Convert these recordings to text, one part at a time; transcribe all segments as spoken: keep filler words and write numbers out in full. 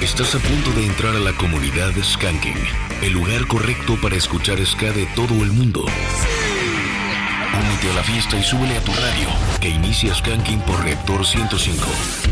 Estás a punto de entrar a la comunidad de Skanking, el lugar correcto para escuchar ska de todo el mundo. Únete a la fiesta y súbele a tu radio, que inicia Skanking por Reactor ciento cinco.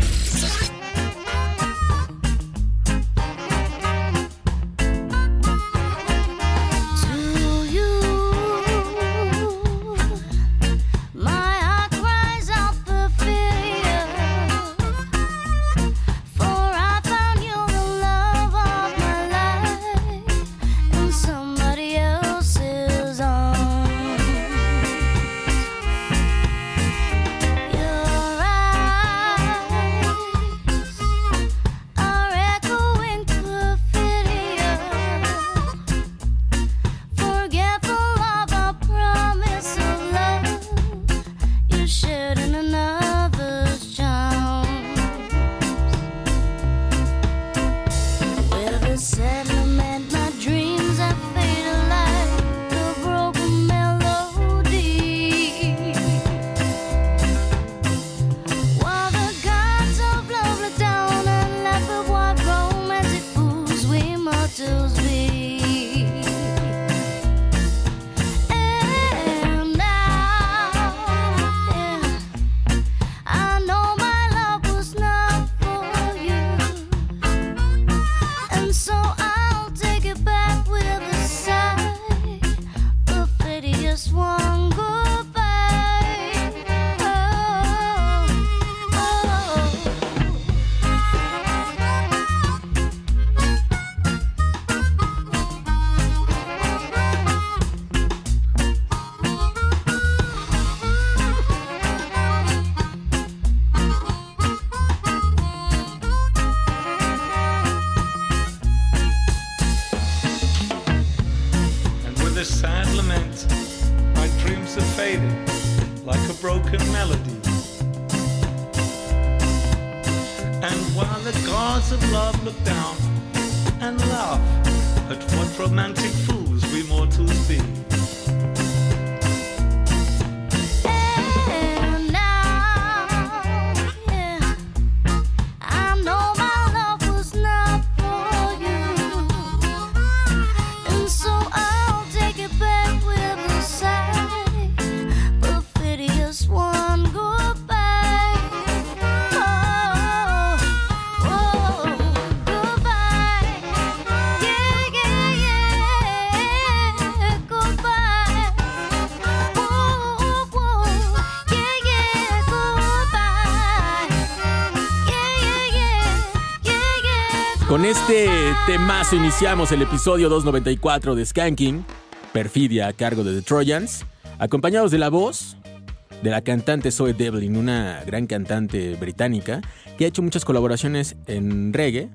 Con este temazo iniciamos el episodio doscientos noventa y cuatro de Skanking, Perfidia a cargo de The Trojans, acompañados de la voz de la cantante Zoe Devlin, una gran cantante británica que ha hecho muchas colaboraciones en reggae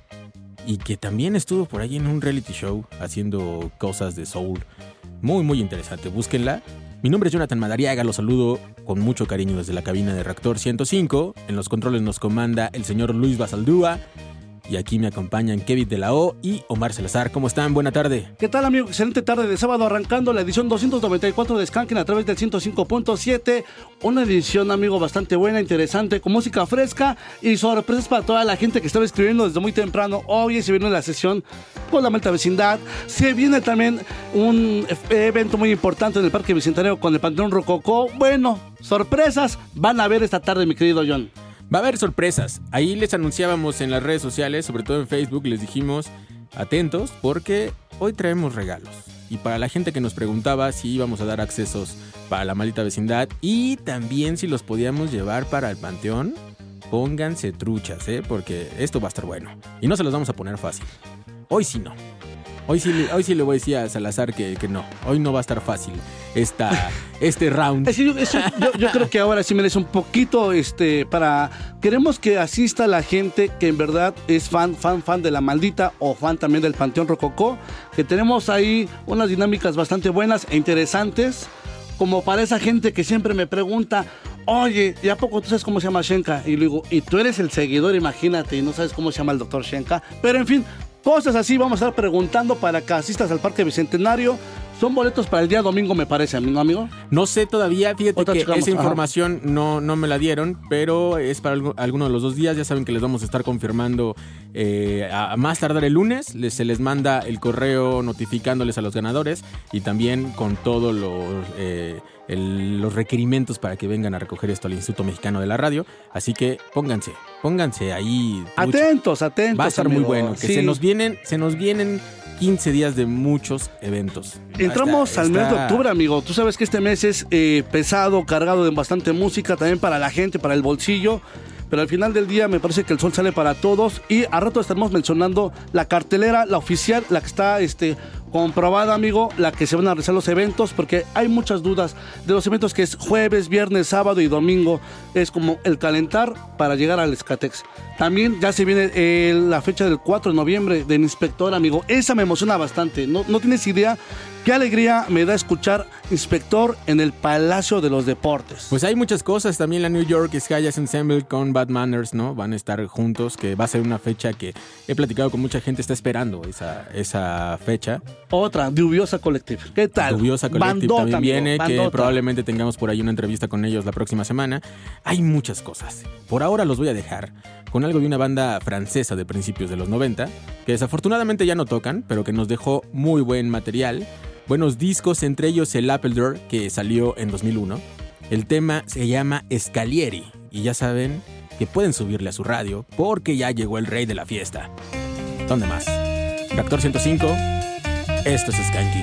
y que también estuvo por ahí en un reality show haciendo cosas de soul. Muy, muy interesante, búsquenla. Mi nombre es Jonathan Madariaga, los saludo con mucho cariño desde la cabina de Reactor ciento cinco. En los controles nos comanda el señor Luis Basaldúa. Y aquí me acompañan Kevin de la O y Omar Salazar. ¿Cómo están? Buena tarde. ¿Qué tal, amigo? Excelente tarde de sábado, arrancando la edición doscientos noventa y cuatro de Skanking a través del ciento cinco punto siete. Una edición, amigo, bastante buena, interesante, con música fresca y sorpresas para toda la gente que estaba escribiendo desde muy temprano. Hoy se viene la sesión con la Maldita Vecindad. Se viene también un evento muy importante en el Parque Bicentenario con el Panteón Rococó. Bueno, sorpresas van a haber esta tarde, mi querido John. Va a haber sorpresas. Ahí les anunciábamos en las redes sociales, sobre todo en Facebook, les dijimos atentos porque hoy traemos regalos. Y para la gente que nos preguntaba si íbamos a dar accesos para la Maldita Vecindad y también si los podíamos llevar para el Panteón, pónganse truchas, ¿eh? Porque esto va a estar bueno. Y no se los vamos a poner fácil. Hoy sí no. Hoy sí, hoy sí le voy a decir a Salazar que, que no. Hoy no va a estar fácil esta, este round. Es, es, yo, yo creo que ahora sí merece un poquito este para... Queremos que asista la gente que en verdad es fan, fan, fan de la Maldita o fan también del Panteón Rococó. Que tenemos ahí unas dinámicas bastante buenas e interesantes. Como para esa gente que siempre me pregunta, oye, ¿y a poco tú sabes cómo se llama Shenka? Y le digo, y tú eres el seguidor, imagínate, y no sabes cómo se llama el doctor Shenka. Pero en fin... Cosas así vamos a estar preguntando para que asistas al Parque Bicentenario. Son boletos para el día domingo, me parece, ¿no, amigo? No sé todavía, fíjate Otra que checamos, esa ajá. información no, no me la dieron, pero es para algo- alguno de los dos días. Ya saben que les vamos a estar confirmando eh, a, a más tardar el lunes. Les, se les manda el correo notificándoles a los ganadores y también con todos los, eh, el- los requerimientos para que vengan a recoger esto al Instituto Mexicano de la Radio. Así que pónganse, pónganse ahí. trucha. Atentos, atentos. Va a estar muy amigo. bueno, que Sí. se nos vienen, se nos vienen quince días de muchos eventos. Entramos Está- al mes de está- octubre, amigo. Tú sabes que este mes es eh, pesado, cargado de bastante música, también para la gente, para el bolsillo. Pero al final del día me parece que el sol sale para todos. Y a rato estaremos mencionando la cartelera, la oficial, la que está este, comprobada, amigo, la que se van a realizar los eventos, porque hay muchas dudas de los eventos que es jueves, viernes, sábado y domingo. Es como el calentar para llegar al Escatex. También ya se viene eh, la fecha del cuatro de noviembre del Inspector, amigo. Esa me emociona bastante. No, no tienes idea qué alegría me da escuchar Inspector en el Palacio de los Deportes. Pues hay muchas cosas, también la New York Sky Jazz Ensemble con Bad Manners, ¿no? Van a estar juntos, que va a ser una fecha que he platicado con mucha gente, está esperando esa, esa fecha. Otra, Dubiosa Collective. ¿Qué tal? Dubiosa Collective Bandota, también amigo, viene, que bandota. probablemente tengamos por ahí una entrevista con ellos la próxima semana. Hay muchas cosas. Por ahora los voy a dejar con algo de una banda francesa de principios de los noventa, que desafortunadamente ya no tocan, pero que nos dejó muy buen material. Buenos discos, entre ellos el Apple Door, que salió en dos mil uno. El tema se llama Scalieri. Y ya saben que pueden subirle a su radio porque ya llegó el rey de la fiesta. ¿Dónde más? Reactor ciento cinco. Esto es Skanking.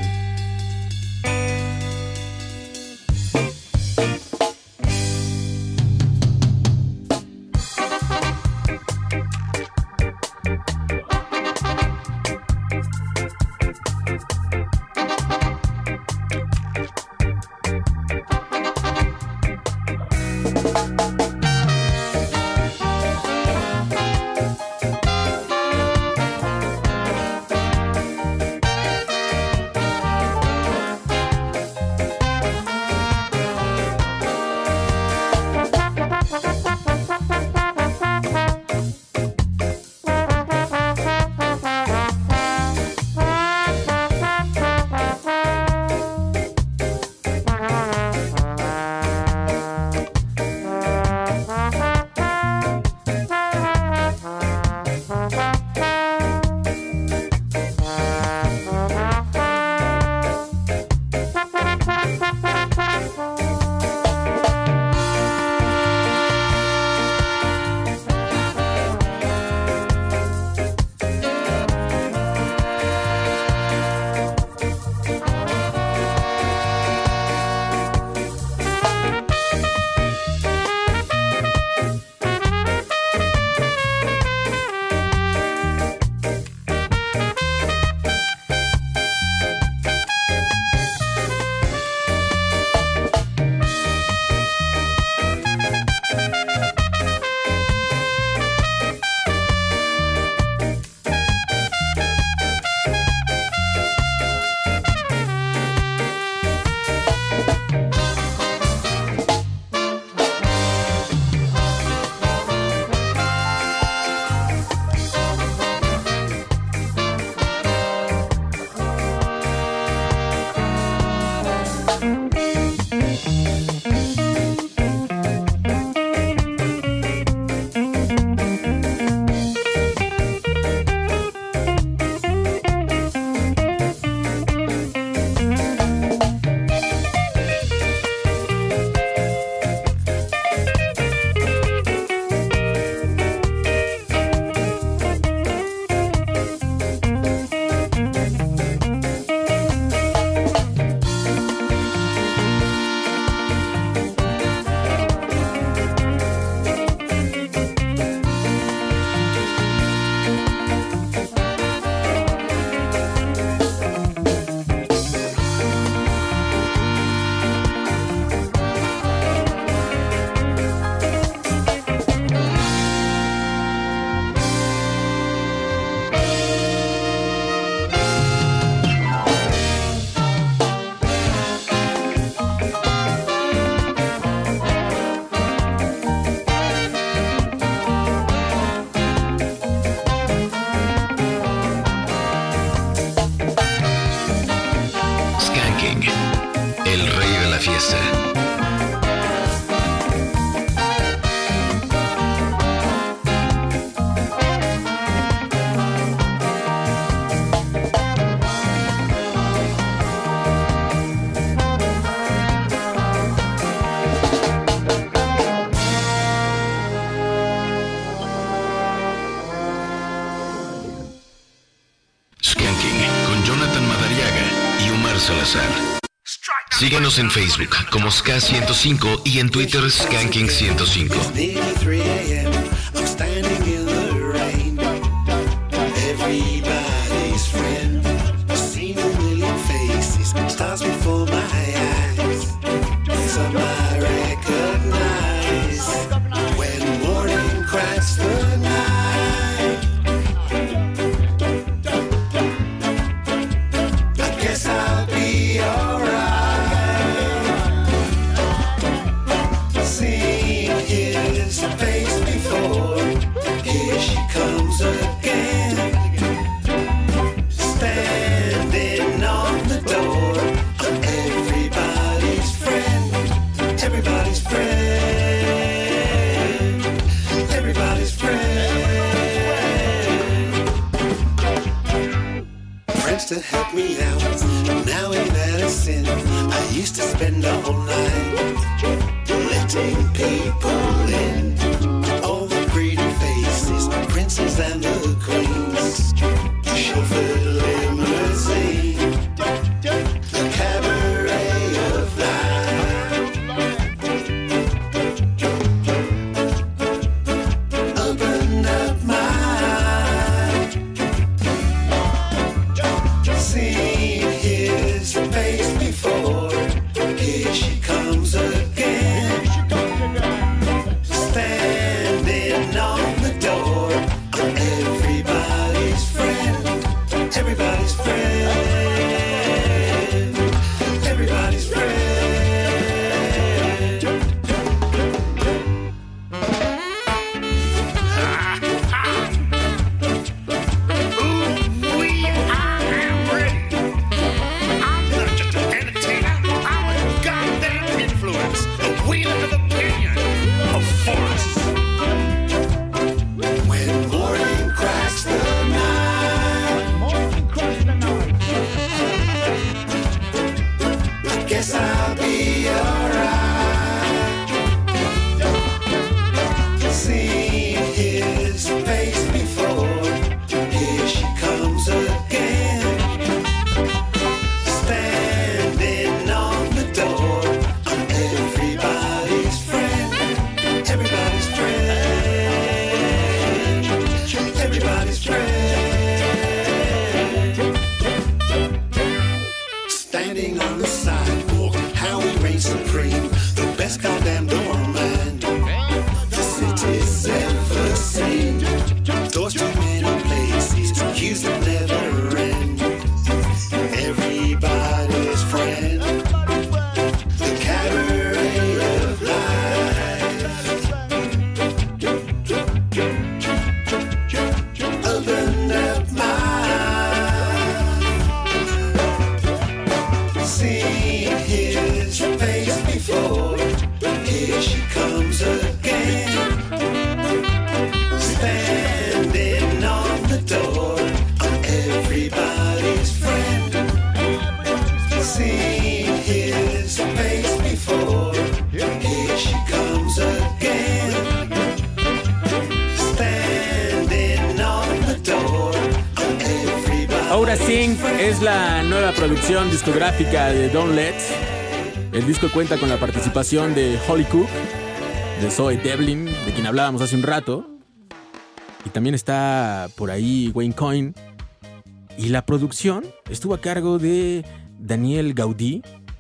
Salazar. Síguenos en Facebook como Ska ciento cinco y en Twitter Skanking ciento cinco. To help me out, now ain't that a sin? I used to spend the whole night letting people in. All the pretty faces, princes and the queens, chauffeur limousine, the cabaret of life. Open up my seen his face before. Here she comes again, standing on the door. I'm everybody's friend, everybody's friend, everybody's friend. Aura Singh es la nueva producción discográfica de Don't Let. El disco cuenta con la participación de Holly Cook, de Zoe Devlin, de quien hablábamos hace un rato, y también está por ahí Wayne Coyne. Y la producción estuvo a cargo de Daniel Gaudí,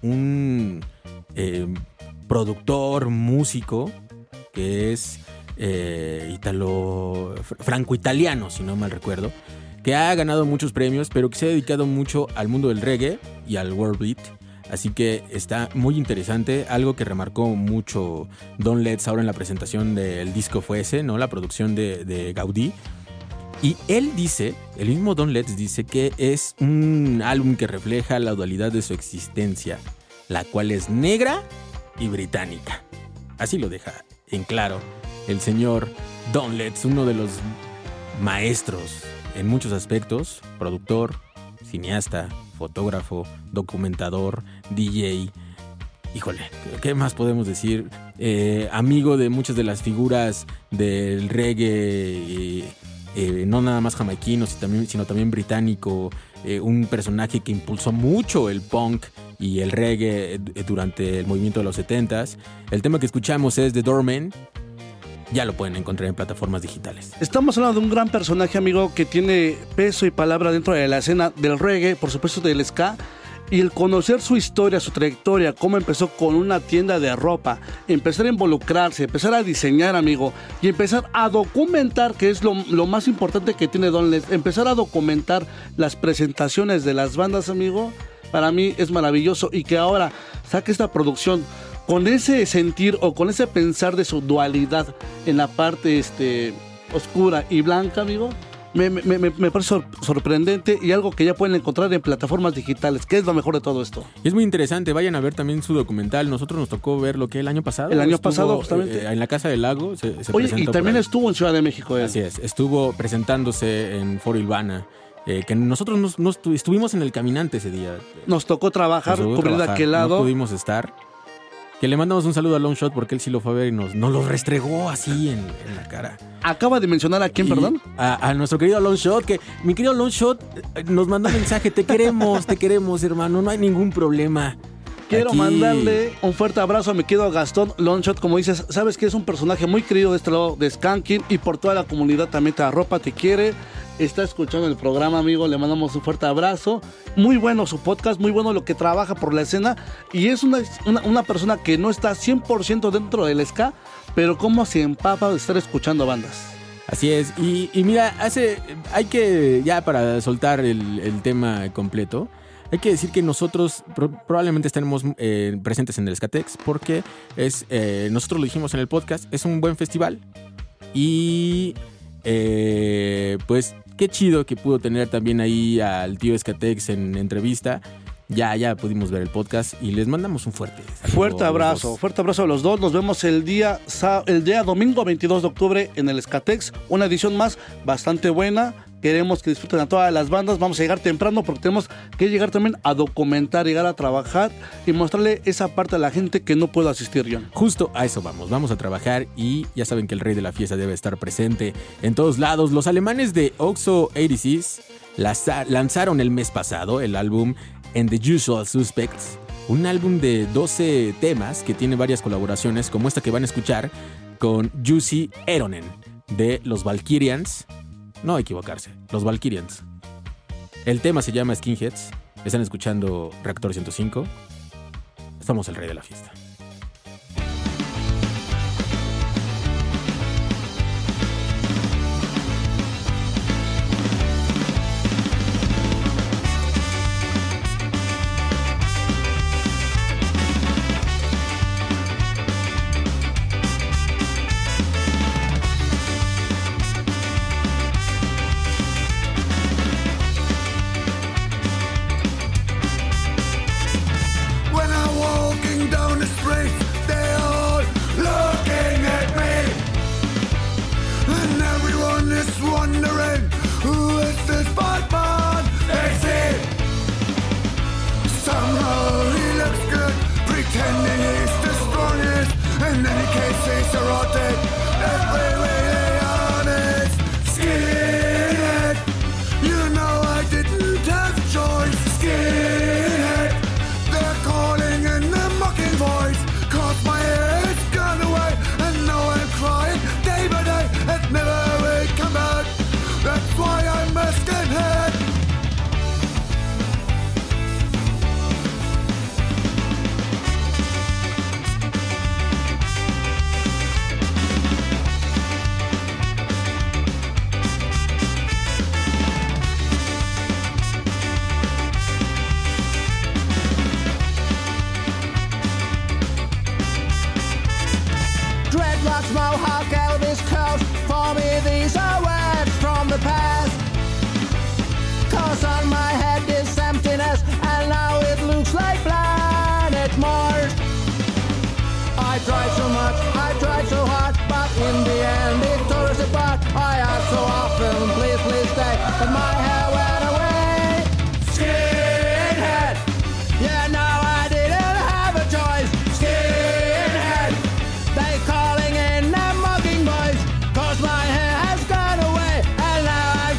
un eh, productor, músico, que es eh, italo, franco-italiano, si no mal recuerdo, que ha ganado muchos premios, pero que se ha dedicado mucho al mundo del reggae y al world beat. Así que está muy interesante. Algo que remarcó mucho Don Letts ahora en la presentación del disco fue ese, ¿no? La producción de, de Gaudí. Y él dice, el mismo Don Letts dice que es un álbum que refleja la dualidad de su existencia, la cual es negra y británica. Así lo deja en claro el señor Don Letts, uno de los maestros en muchos aspectos: productor, cineasta, fotógrafo, documentador, D J. Híjole, ¿qué más podemos decir? Eh, amigo de muchas de las figuras del reggae eh, eh, no nada más jamaiquino, sino también, sino también británico, eh, un personaje que impulsó mucho el punk y el reggae durante el movimiento de los setentas. El tema que escuchamos es The Doorman. Ya lo pueden encontrar en plataformas digitales. Estamos hablando de un gran personaje, amigo, que tiene peso y palabra dentro de la escena del reggae, por supuesto del ska. Y el conocer su historia, su trayectoria, cómo empezó con una tienda de ropa, empezar a involucrarse, empezar a diseñar, amigo, y empezar a documentar, que es lo, lo más importante que tiene Don Les, empezar a documentar las presentaciones de las bandas, amigo, para mí es maravilloso. Y que ahora saque esta producción con ese sentir o con ese pensar de su dualidad en la parte este, oscura y blanca, amigo, me, me, me, me parece sor- sorprendente y algo que ya pueden encontrar en plataformas digitales, que es lo mejor de todo esto. Y es muy interesante, vayan a ver también su documental. Nosotros nos tocó ver lo que el año pasado. El año estuvo, pasado, justamente. Eh, en la Casa del Lago. Se, se Oye, y presentó también por ahí. estuvo en Ciudad de México. Él. Así es, estuvo presentándose en Foro Ilvana. Eh, que nosotros nos, nos tu- estuvimos en el Caminante ese día. Nos tocó trabajar, Nos tocó cubrir de trabajar, aquel lado. No pudimos estar. Que le mandamos un saludo a Longshot porque él sí lo fue a ver y nos, nos lo restregó así en, en la cara. Acaba de mencionar a quién, Y perdón. A, a nuestro querido Longshot, que mi querido Longshot eh, nos mandó un mensaje. Te queremos, te queremos, hermano. No hay ningún problema. Quiero Aquí- mandarle un fuerte abrazo a mi querido Gastón Longshot. Como dices, sabes que es un personaje muy querido de este lado de Skanking y por toda la comunidad también te arropa, te quiere. Está escuchando el programa, amigo. Le mandamos un fuerte abrazo. Muy bueno su podcast, muy bueno lo que trabaja por la escena. Y es una, una, una persona que no está cien por ciento dentro del ska, pero cómo se empapa de estar escuchando bandas. Así es, y, y mira, hace, hay que, ya para soltar el, el tema completo, hay que decir que nosotros pro- probablemente estaremos eh, presentes en el Skatex, porque es, eh, nosotros lo dijimos en el podcast, es un buen festival, y eh, pues qué chido que pudo tener también ahí al tío Skatex en entrevista. Ya, ya pudimos ver el podcast y les mandamos un fuerte saludo Fuerte a los abrazo, dos. fuerte abrazo a los dos. Nos vemos el día, sa- el día domingo veintidós de octubre en el Skatex. Una edición más bastante buena. Queremos que disfruten a todas las bandas. Vamos a llegar temprano porque tenemos que llegar también a documentar, llegar a trabajar y mostrarle esa parte a la gente que no puede asistir, John. Justo a eso vamos, vamos a trabajar y ya saben que el rey de la fiesta debe estar presente en todos lados. Los alemanes de Oxo ochenta y seis laza- lanzaron el mes pasado el álbum And the Usual Suspects, un álbum de doce temas que tiene varias colaboraciones como esta que van a escuchar con Jussi Eronen de los Valkyrians. No equivocarse, los Valkyrians. El tema se llama Skinheads. Están escuchando Reactor ciento cinco. Estamos el rey de la fiesta. When I'm walking down the street, they all looking at me. And everyone is wondering, who is this bad man they see? Somehow he looks good, pretending he's the strongest. In any case, he's erotic. Every way they honest. Skinhead, you know I didn't have a choice. Skinhead, they're calling in a mocking voice. Cause my hair has gone away, and now I'm crying day by day. It never will come back. That's why I'm a skinhead. Dreadlocks, mohawk, Elvis coat. For me, these are words from the past. Cause on my head is emptiness, and now it looks like planet Mars. I tried so much, I tried so hard, but in the end it tore us apart. I asked so often, please, please stay, but my hair went away. Skinhead, yeah, no, I didn't have a choice. Skinhead, they calling in a mocking voice, cause my hair has gone away, and now I'm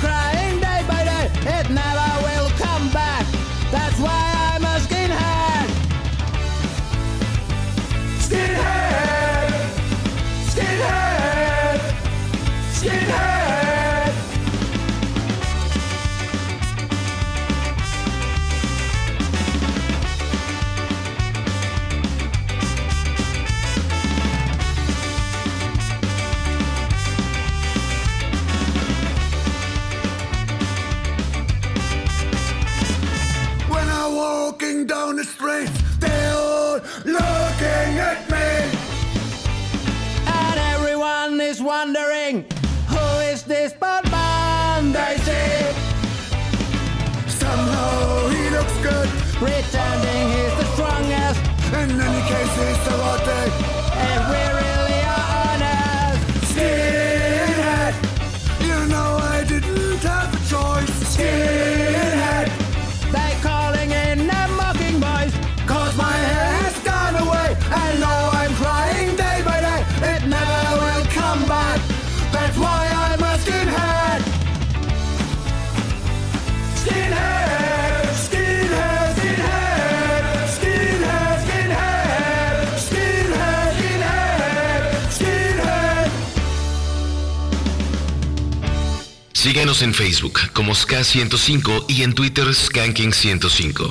Síguenos en Facebook como Ska ciento cinco y en Twitter Skanking ciento cinco.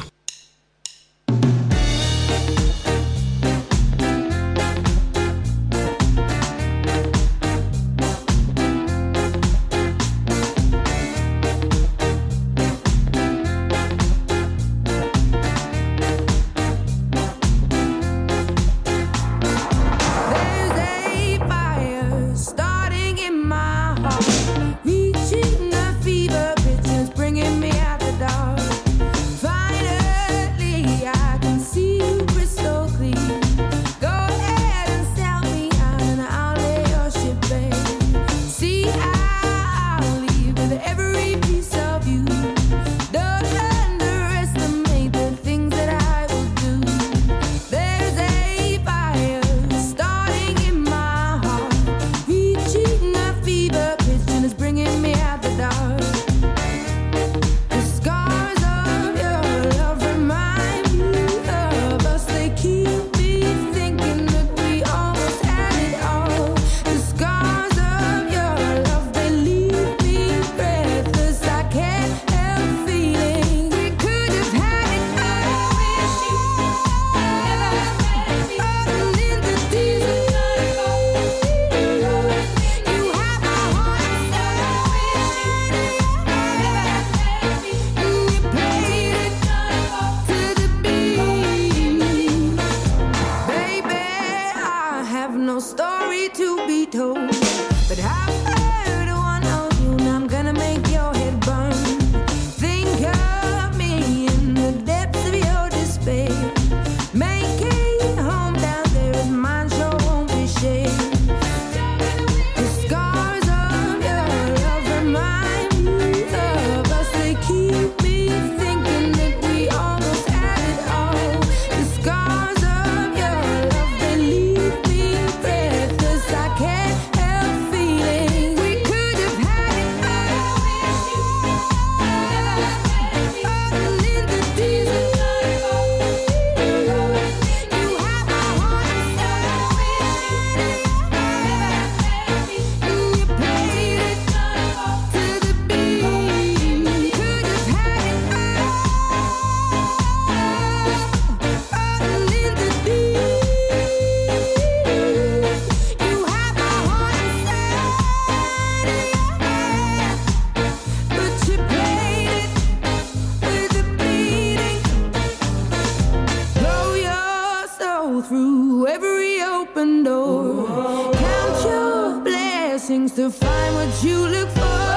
To find what you look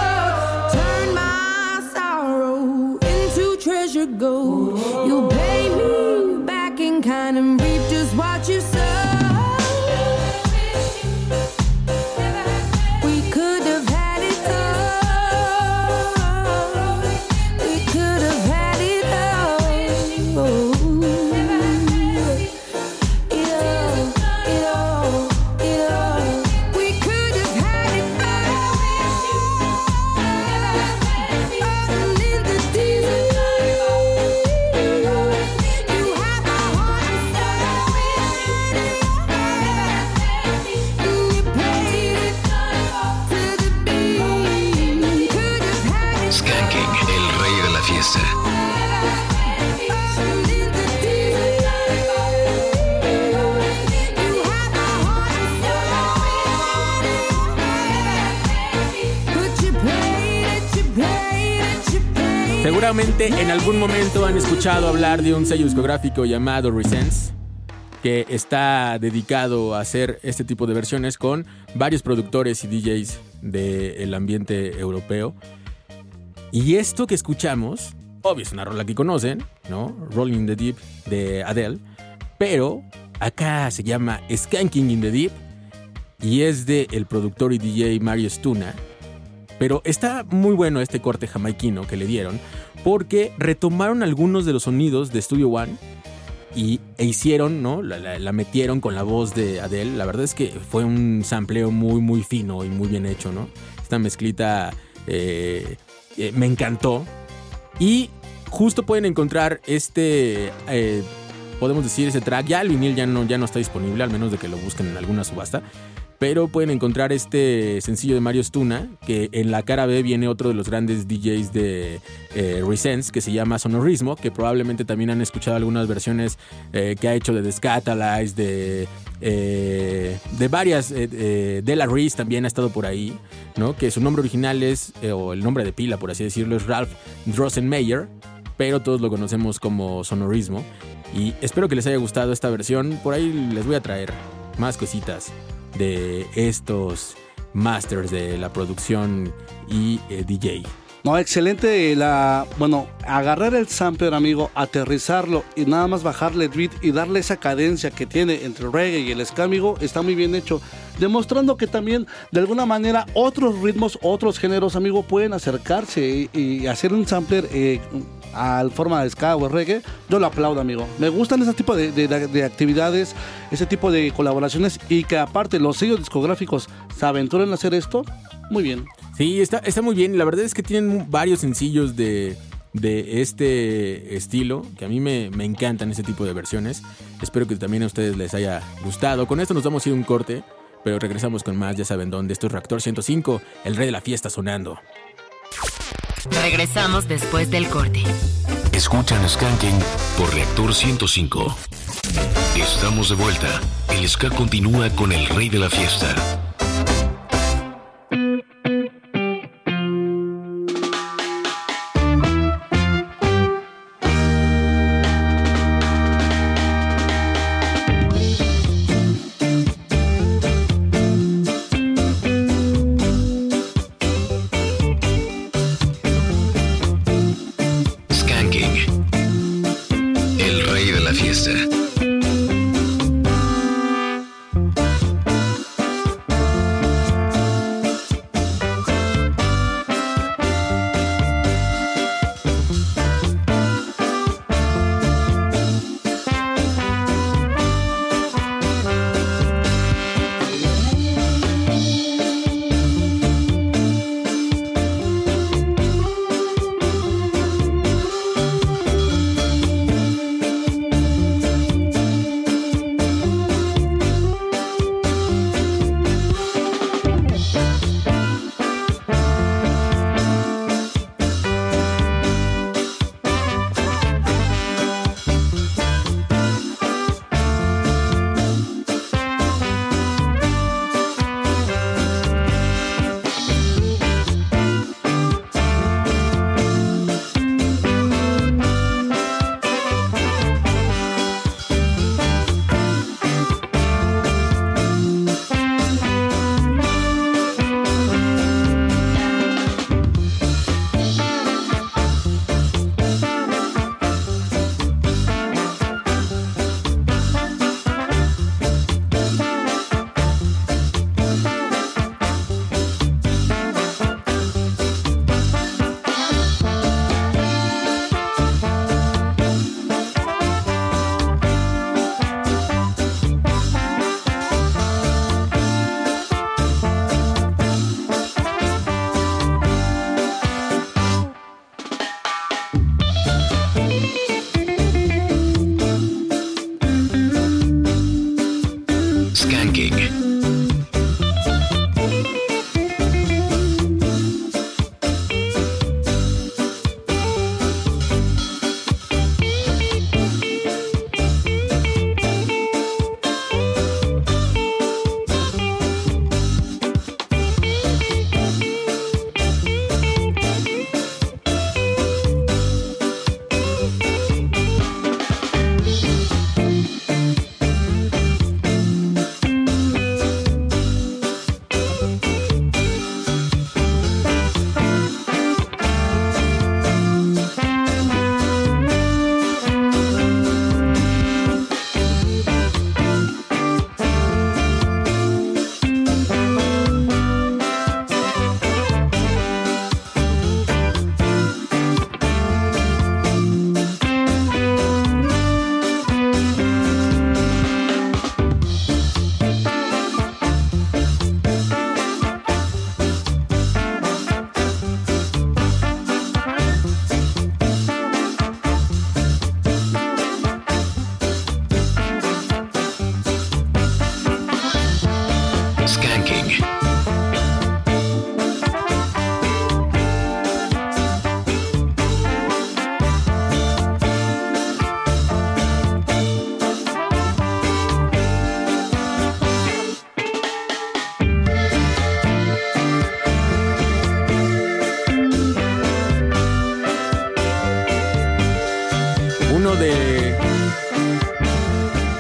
for, turn my sorrow into treasure gold. You'll pay me back in kind and reap just what you sow. We could have had it all. We could have had it all. It all, it all, it all. We could have had it. Skanking, el rey de la fiesta. Seguramente en algún momento han escuchado hablar de un sello discográfico llamado Resense, que está dedicado a hacer este tipo de versiones con varios productores y D Js del ambiente europeo. Y esto que escuchamos, obvio es una rola que conocen, ¿no? Rolling in the Deep de Adele, pero acá se llama Skanking in the Deep y es de el productor y D J Mario Stuna. Pero está muy bueno este corte jamaiquino que le dieron porque retomaron algunos de los sonidos de Studio One y, e hicieron, ¿no? La, la, la metieron con la voz de Adele. La verdad es que fue un sampleo muy, muy fino y muy bien hecho, ¿no? Esta mezclita eh, eh, me encantó. Y justo pueden encontrar este, eh, podemos decir, ese track. Ya el vinil ya no, ya no está disponible, al menos de que lo busquen en alguna subasta. pero pueden encontrar este sencillo de Mario Stuna, que en la cara B viene otro de los grandes D Js de eh, Resense, que se llama Sonorismo, que probablemente también han escuchado algunas versiones eh, que ha hecho de The Scatalyze, de, eh, de varias, eh, eh, de la Reese también ha estado por ahí, ¿no? Que su nombre original es, eh, o el nombre de pila, por así decirlo, es Ralph Drossenmeyer, pero todos lo conocemos como Sonorismo. Y espero que les haya gustado esta versión. Por ahí les voy a traer más cositas de estos masters de la producción y eh, D J. No, excelente la, bueno, agarrar el sampler, amigo, aterrizarlo y nada más bajarle el beat y darle esa cadencia que tiene entre el reggae y el ska, amigo, está muy bien hecho, demostrando que también de alguna manera otros ritmos, otros géneros, amigo, pueden acercarse y, y hacer un sampler eh, al forma de ska o reggae. Yo lo aplaudo, amigo. Me gustan ese tipo de, de, de actividades, ese tipo de colaboraciones, y que aparte los sellos discográficos se aventuren a hacer esto. Muy bien. Sí, está, está muy bien. La verdad es que tienen varios sencillos de, de este estilo, que a mí me, me encantan ese tipo de versiones. Espero que también a ustedes les haya gustado. Con esto nos vamos a ir a un corte, pero regresamos con más, ya saben dónde. Esto es Reactor ciento cinco, el rey de la fiesta sonando. Regresamos después del corte. Escuchan Skanking por Reactor ciento cinco. Estamos de vuelta. El ska continúa con el rey de la fiesta.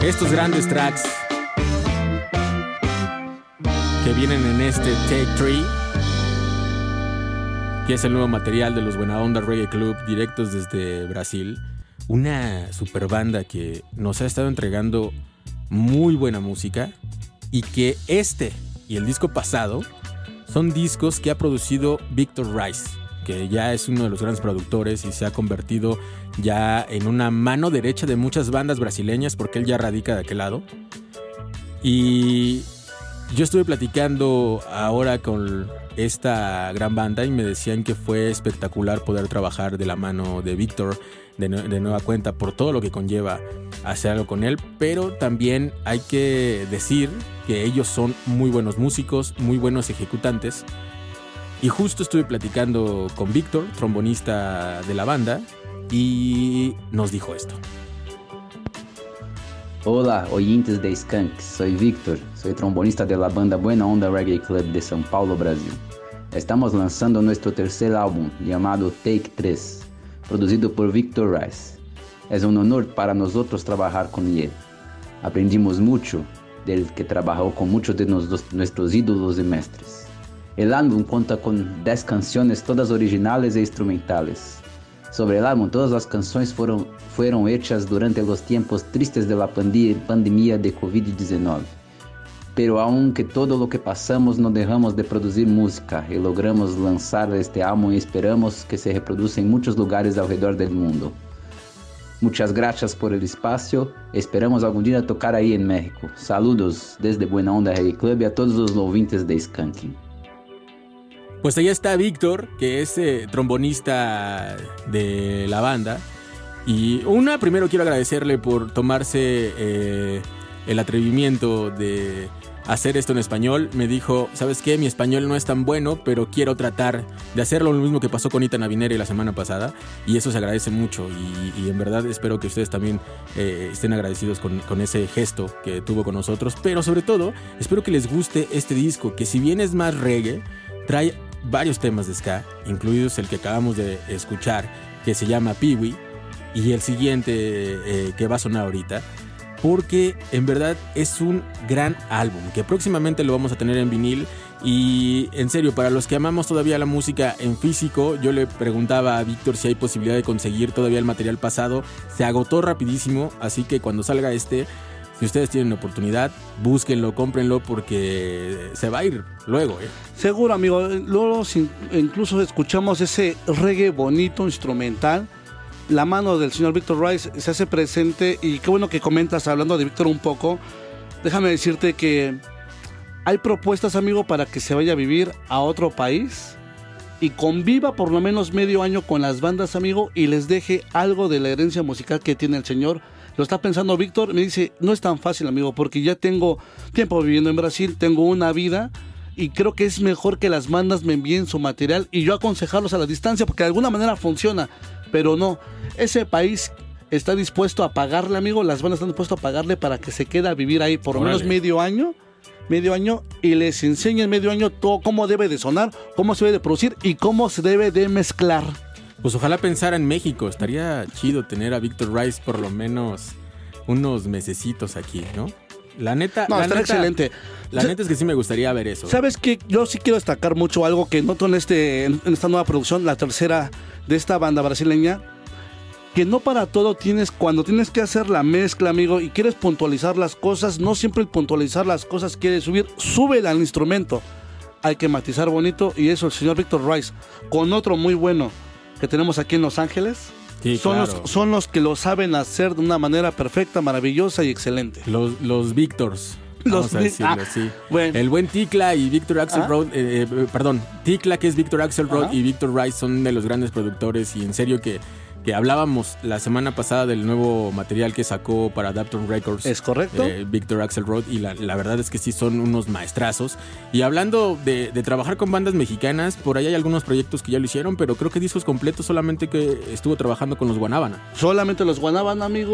estos grandes tracks que vienen en este Take Three, que es el nuevo material de los Buena Onda Reggae Club, directos desde Brasil. Una super banda que nos ha estado entregando muy buena música y que este y el disco pasado son discos que ha producido Victor Rice, que ya es uno de los grandes productores y se ha convertido ya en una mano derecha de muchas bandas brasileñas porque él ya radica de aquel lado. Y yo estuve platicando ahora con esta gran banda y me decían que fue espectacular poder trabajar de la mano de Víctor de, de nueva cuenta por todo lo que conlleva hacer algo con él, pero también hay que decir que ellos son muy buenos músicos, muy buenos ejecutantes. Y justo estuve platicando con Víctor, trombonista de la banda, y nos dijo esto. Hola, oyentes de Skank, soy Víctor, soy trombonista de la banda Buena Onda Reggae Club de São Paulo, Brasil. Estamos lanzando nuestro tercer álbum llamado Take tres, producido por Victor Rice. Es un honor para nosotros trabajar con él. Aprendimos mucho del que trabajó con muchos de nos, nuestros ídolos y maestros. El álbum cuenta con diez canciones, todas originales e instrumentales. Sobre el álbum, todas las canciones fueron, fueron hechas durante los tiempos tristes de la pandi- pandemia de covid diecinueve. Pero aunque todo lo que pasamos, no dejamos de producir música y logramos lanzar este álbum y esperamos que se reproduzca en muchos lugares alrededor del mundo. Muchas gracias por el espacio, esperamos algún día tocar ahí en México. Saludos desde Buena Onda Reggae Club y a todos los oyentes de Skanking. Pues ahí está Víctor, que es eh, trombonista de la banda. Y una, primero quiero agradecerle por tomarse eh, el atrevimiento de hacer esto en español. Me dijo, ¿sabes qué? Mi español no es tan bueno, pero quiero tratar de hacerlo, lo mismo que pasó con Ita Navinere la semana pasada. Y eso se agradece mucho. Y, y en verdad espero que ustedes también eh, estén agradecidos con, con ese gesto que tuvo con nosotros. Pero sobre todo, espero que les guste este disco, que si bien es más reggae, trae varios temas de ska, incluidos el que acabamos de escuchar, que se llama Pee-wee, y el siguiente eh, que va a sonar ahorita, porque en verdad es un gran álbum, que próximamente lo vamos a tener en vinil. Y en serio, para los que amamos todavía la música en físico, yo le preguntaba a Víctor si hay posibilidad de conseguir todavía el material pasado. Se agotó rapidísimo, así que cuando salga este, si ustedes tienen oportunidad, búsquenlo, cómprenlo, porque se va a ir luego, ¿eh? Seguro, amigo. Luego incluso escuchamos ese reggae bonito, instrumental. La mano del señor Victor Rice se hace presente, y qué bueno que comentas hablando de Víctor un poco. Déjame decirte que hay propuestas, amigo, para que se vaya a vivir a otro país y conviva por lo menos medio año con las bandas, amigo, y les deje algo de la herencia musical que tiene el señor. Lo está pensando Víctor, me dice, no es tan fácil, amigo, porque ya tengo tiempo viviendo en Brasil, tengo una vida, y creo que es mejor que las bandas me envíen su material y yo aconsejarlos a la distancia, porque de alguna manera funciona, pero no. Ese país está dispuesto a pagarle, amigo, las bandas están dispuestas a pagarle para que se quede a vivir ahí por lo menos medio año, medio año, y les enseñen medio año todo cómo debe de sonar, cómo se debe de producir y cómo se debe de mezclar. Pues ojalá pensara en México, estaría chido tener a Victor Rice por lo menos unos mesecitos aquí, ¿no? La neta, no, la está neta, excelente. La neta es que sí me gustaría ver eso. ¿Sabes qué? Yo sí quiero destacar mucho algo que noto en, este, en esta nueva producción, la tercera de esta banda brasileña, que no para todo tienes, cuando tienes que hacer la mezcla, amigo, y quieres puntualizar las cosas, no siempre el puntualizar las cosas quiere subir, sube al instrumento. Hay que matizar bonito, y eso el señor Victor Rice, con otro muy bueno que tenemos aquí en Los Ángeles, sí, son, claro. los, son los que lo saben hacer de una manera perfecta, maravillosa y excelente. Los, los Victors. Los Vamos a decirlo ah, así. Bueno. El buen Tikla y Victor Axelrod, ¿Ah? eh, eh, perdón, Tikla, que es Victor Axelrod, ¿Ah? y Victor Rice son de los grandes productores, y en serio que, que hablábamos la semana pasada del nuevo material que sacó para Dapton Records. ¿Es correcto? Eh, Victor Axelrod, y la, la verdad es que sí son unos maestrazos. Y hablando de, de trabajar con bandas mexicanas, por ahí hay algunos proyectos que ya lo hicieron, pero creo que discos completos solamente que estuvo trabajando con los Guanábana. Solamente los Guanábana, amigo,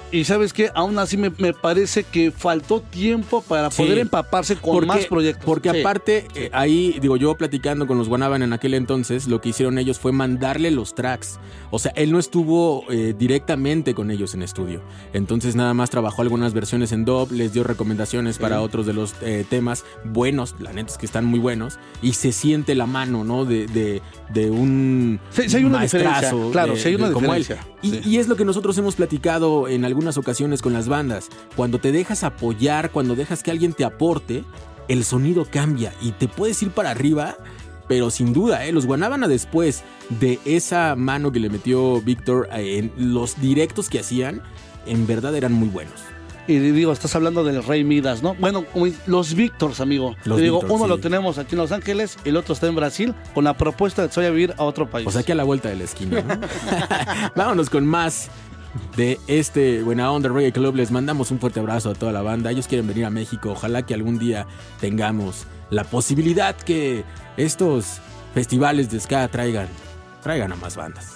Y sabes qué, aún así me, me parece que faltó tiempo para Sí. poder empaparse con Porque- más proyectos. Porque Sí. aparte, eh, ahí, digo, yo platicando con los Guanaban en aquel entonces, lo que hicieron ellos fue mandarle los tracks. O sea, él no estuvo eh, directamente con ellos en estudio. Entonces nada más trabajó algunas versiones en dub, les dio recomendaciones para Sí. otros de los eh, temas buenos, la neta es que están muy buenos, y se siente la mano, ¿no? De, de, de un Sí, sí hay una maestrazo diferencia, claro, de- sí hay una de- como él. diferencia, Y, sí. y es lo que nosotros hemos platicado en algunas ocasiones con las bandas. Cuando te dejas apoyar, cuando dejas que alguien te aporte, el sonido cambia y te puedes ir para arriba, pero sin duda, ¿eh? Los Guanábana después de esa mano que le metió Víctor eh, en los directos que hacían, en verdad eran muy buenos. Y digo, estás hablando del Rey Midas, ¿no? Bueno, como los Víctors, amigo. Los Te digo, Víctors, uno sí. lo tenemos aquí en Los Ángeles, el otro está en Brasil, con la propuesta de soy a vivir a otro país. O sea que a la vuelta de la esquina, ¿no? Vámonos con más de este Buena Onda Reggae Club. Les mandamos un fuerte abrazo a toda la banda. Ellos quieren venir a México. Ojalá que algún día tengamos la posibilidad que estos festivales de ska traigan, traigan a más bandas.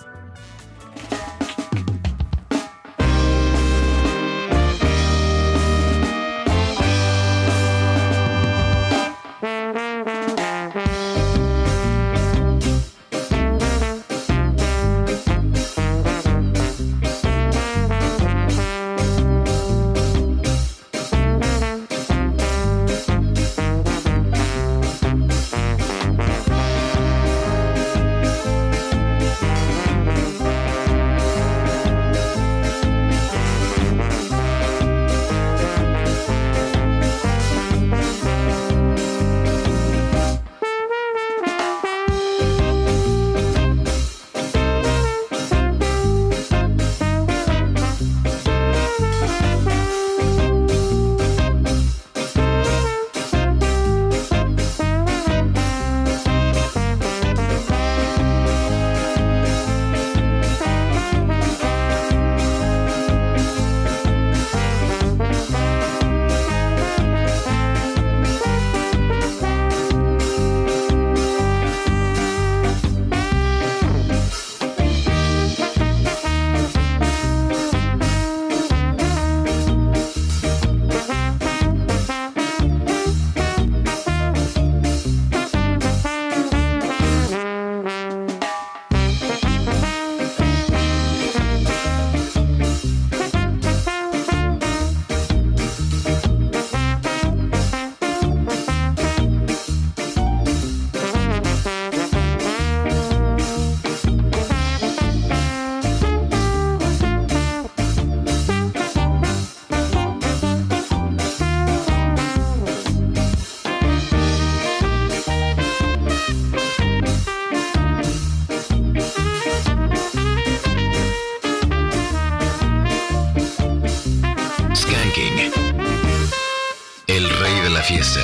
Skanking, el rey de la fiesta.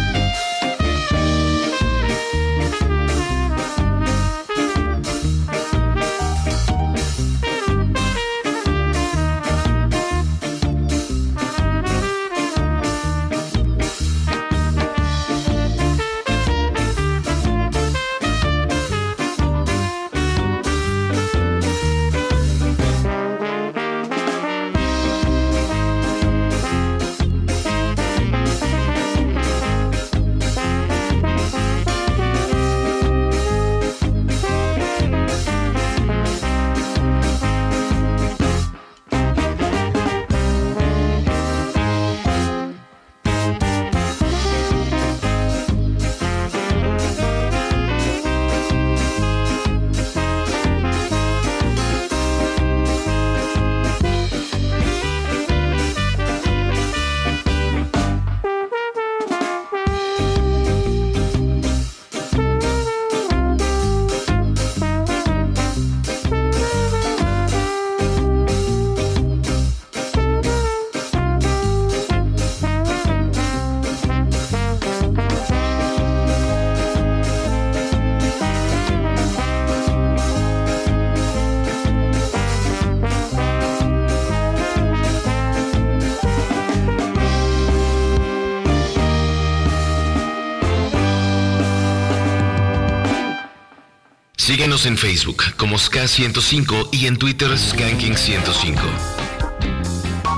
Síguenos en Facebook como Ska ciento cinco y en Twitter Skanking ciento cinco.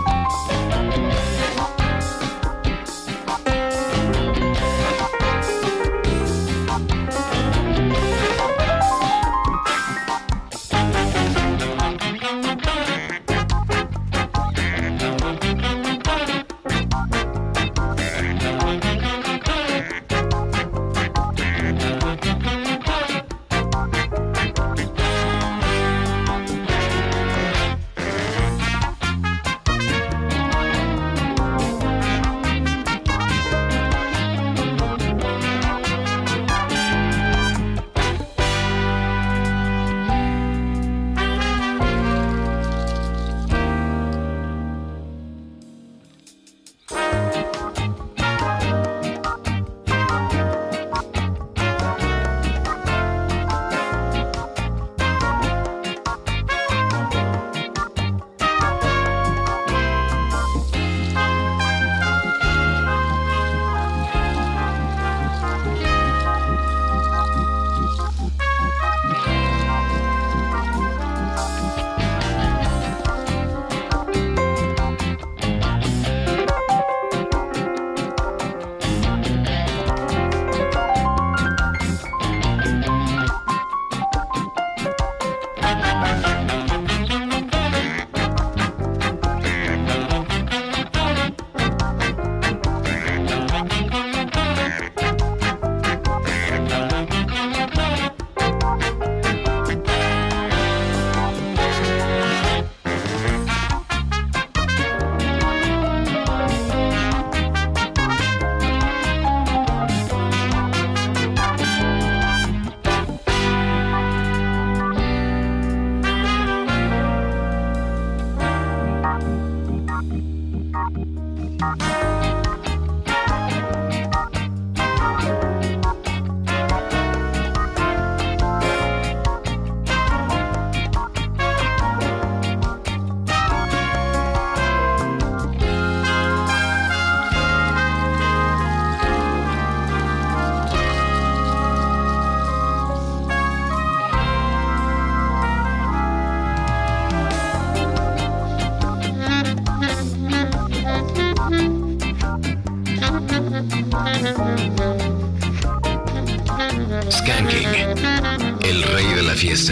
Skanking, el rey de la fiesta.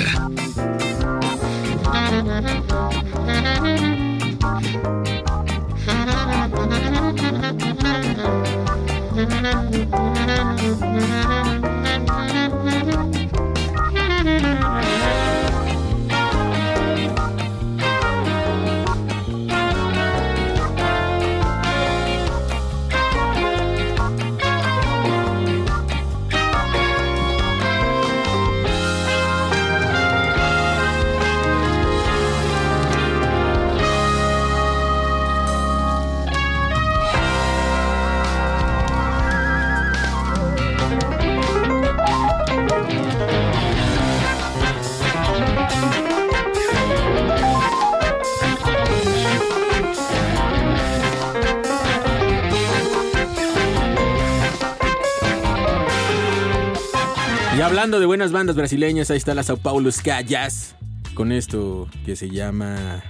Y hablando de buenas bandas brasileñas, ahí está la Sao Paulo Ska Jazz con esto que se llama...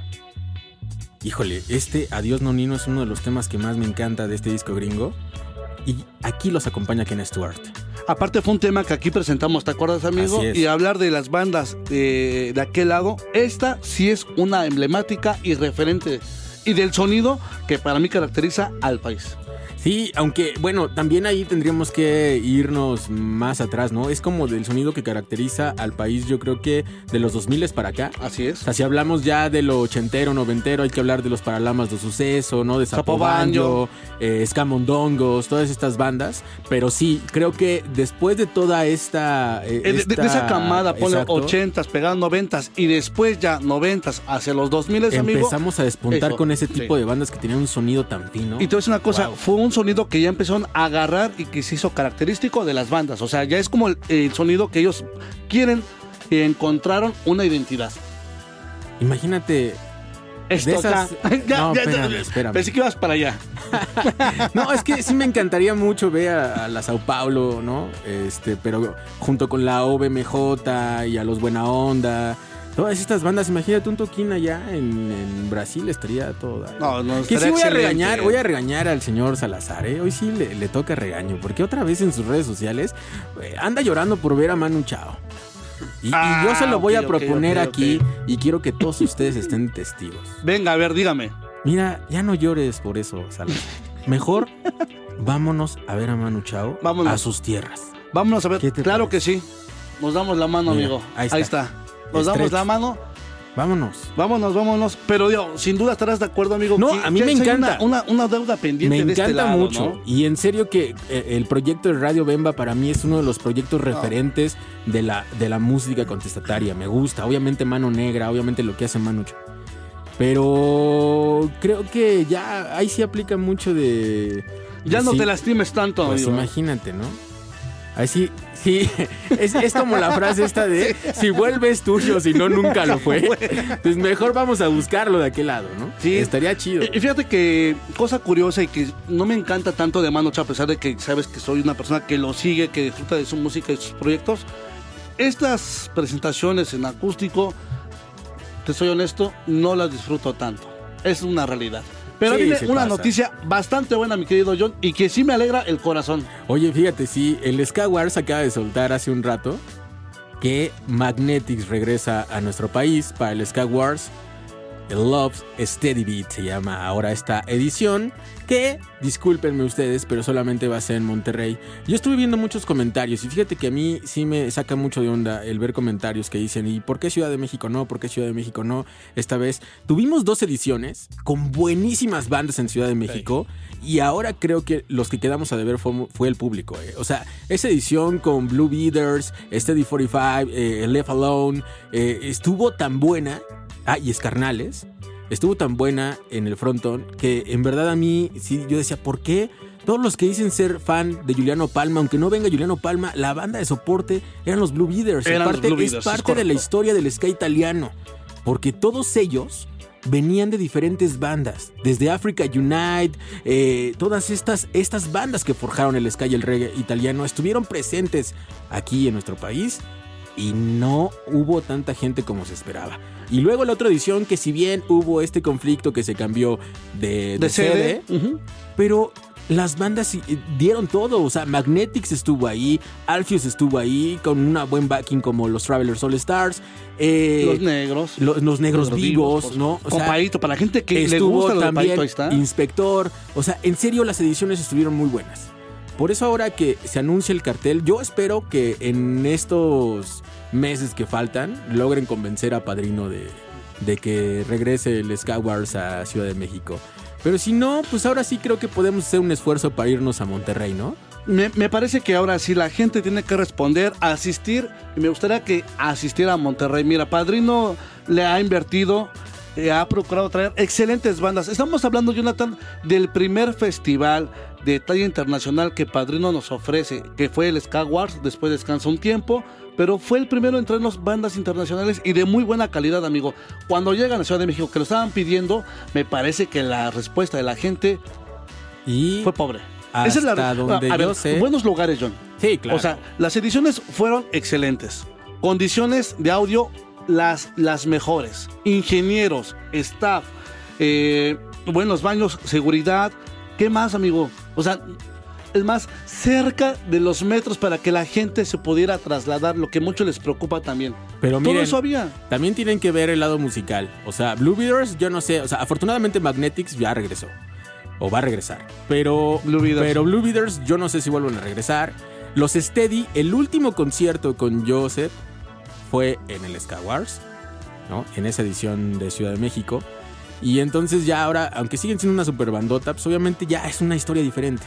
Híjole, este Adiós Nonino es uno de los temas que más me encanta de este disco gringo. Y aquí los acompaña Ken Stewart. Aparte fue un tema que aquí presentamos, ¿te acuerdas, amigo? Así es. Y hablar de las bandas de, de aquel lado, esta sí es una emblemática y referente. Y del sonido que para mí caracteriza al país. Sí, aunque, bueno, también ahí tendríamos que irnos más atrás, ¿no? Es como del sonido que caracteriza al país, yo creo que de los dos mil para acá. Así es. O sea, si hablamos ya de lo ochentero, noventero, hay que hablar de los Paralamas do Suceso, ¿no? De Sapo Banjo, eh, Scamondongos, todas estas bandas. Pero sí, creo que después de toda esta... Eh, Eh, de, esta de esa camada, ponle exacto, ochentas, pegando noventas y después ya noventas hacia los dos miles, amigo. empezamos a despuntar Eso, con ese tipo sí. de bandas que tenían un sonido tan fino. Y te voy a decir una cosa, Wow. fue un sonido que ya empezaron a agarrar y que se hizo característico de las bandas. O sea, ya es como el, el sonido que ellos quieren y encontraron una identidad. Imagínate... Esto de esas... acá. Ya, no, ya, espérame, ya. espérame. Pensé que ibas para allá. No, es que sí me encantaría mucho ver a, a la Sao Paulo, ¿no? Este, pero junto con la O B M J y a los Buena Onda, todas estas bandas, imagínate un toquín allá en, en Brasil, estaría todo. ¿eh? No, no, que estaría sí voy a excelente. regañar, voy a regañar al señor Salazar, ¿eh? Hoy sí le, le toca regaño, porque otra vez en sus redes sociales eh, anda llorando por ver a Manu Chao. Y, Ah, y yo se lo voy ok, a proponer ok, ok, aquí ok. y quiero que todos ustedes estén testigos. Venga, a ver, dígame. Mira, ya no llores por eso, Salazar. Mejor vámonos a ver a Manu Chao Vámonos. a sus tierras. Vámonos a ver. ¿Qué te Claro parece? que sí. Nos damos la mano, Mira, amigo. ahí Ahí está. está. Nos damos Estrecho. la mano. Vámonos. Vámonos, vámonos. Pero yo, sin duda estarás de acuerdo, amigo. No, que a mí ya me hay encanta. Una, una, una deuda pendiente Me de encanta este lado, mucho. ¿no? Y en serio que eh, el proyecto de Radio Bemba para mí es uno de los proyectos referentes de la, de la música contestataria. Me gusta. Obviamente Mano Negra, obviamente lo que hace Manu Chao. Pero creo que ya ahí sí aplica mucho de... Ya de no sí. te lastimes tanto, Pues amigo. imagínate, ¿no? Ahí sí, sí, es, es como la frase esta de si vuelves tuyo, si no, nunca lo fue. Pues mejor vamos a buscarlo de aquel lado, ¿no? Sí. Estaría chido. Y fíjate que cosa curiosa y que no me encanta tanto de Manu Chao, a pesar de que sabes que soy una persona que lo sigue, que disfruta de su música y sus proyectos. Estas presentaciones en acústico, te soy honesto, no las disfruto tanto. Es una realidad. Pero Sí, viene sí una pasa. noticia bastante buena, mi querido John, y que sí me alegra el corazón. Oye, fíjate, sí, el Ska Wars acaba de soltar hace un rato que Magnetics regresa a nuestro país para el Ska Wars. El Love Steady Beat se llama ahora esta edición, que, discúlpenme ustedes, pero solamente va a ser en Monterrey. Yo estuve viendo muchos comentarios y fíjate que a mí sí me saca mucho de onda el ver comentarios que dicen ¿y por qué Ciudad de México no? ¿Por qué Ciudad de México no? Esta vez tuvimos dos ediciones con buenísimas bandas en Ciudad de México y ahora creo que los que quedamos a deber fue, fue el público. Eh. O sea, esa edición con Blue Beaters, Steady cuarenta y cinco, eh, Left Alone, eh, estuvo tan buena. Ah, y Escarnales. Estuvo tan buena en el frontón que en verdad a mí, sí, yo decía, ¿por qué todos los que dicen ser fan de Juliano Palma, aunque no venga Juliano Palma, la banda de soporte eran los Blue Beaters? Eran parte, los Blue es Beaters, parte es de la historia del ska italiano. Porque todos ellos venían de diferentes bandas. Desde Africa Unite, eh, todas estas, estas bandas que forjaron el ska y el reggae italiano estuvieron presentes aquí en nuestro país. Y no hubo tanta gente como se esperaba. Y luego la otra edición, que si bien hubo este conflicto que se cambió de, de, de sede, sede uh-huh. pero las bandas dieron todo. O sea, Magnetics estuvo ahí, Alpheus estuvo ahí, con una buen backing como los Travelers All Stars. Eh, los negros. Lo, los negros, negros vivos, vivos, ¿no? O Compaito, sea, para la gente que le estuvo gusta lo también de Paito, ahí está. Inspector. O sea, en serio, las ediciones estuvieron muy buenas. Por eso ahora que se anuncia el cartel, yo espero que en estos meses que faltan logren convencer a Padrino de, de que regrese el Ska Wars a Ciudad de México. Pero si no, pues ahora sí creo que podemos hacer un esfuerzo para irnos a Monterrey, ¿no? Me, me parece que ahora sí la gente tiene que responder, asistir, y me gustaría que asistiera a Monterrey. Mira, Padrino le ha invertido, eh, ha procurado traer excelentes bandas. Estamos hablando, Jonathan, del primer festival de talla internacional que Padrino nos ofrece, que fue el Ska Wars. Después descansa un tiempo, pero fue el primero en traernos bandas internacionales y de muy buena calidad, amigo. Cuando llegan a Ciudad de México, que lo estaban pidiendo, me parece que la respuesta de la gente y fue pobre. Hasta Esa es la donde a ver, yo sé. Buenos lugares, John. Sí, claro. O sea, las ediciones fueron excelentes. Condiciones de audio, las, las mejores. Ingenieros, staff, eh, buenos baños, seguridad. ¿Qué más, amigo? O sea, es más, cerca de los metros para que la gente se pudiera trasladar, lo que mucho les preocupa también. Pero miren, todo eso había. También tienen que ver el lado musical. O sea, Blue Beaters, yo no sé. O sea, afortunadamente Magnetics ya regresó. O va a regresar. Pero Blue Beaters, pero Blue Beaters, yo no sé si vuelven a regresar. Los Steady, el último concierto con Joseph fue en el Ska Wars, ¿no? En esa edición de Ciudad de México. Y entonces ya ahora, aunque siguen siendo una super bandota, pues obviamente ya es una historia diferente.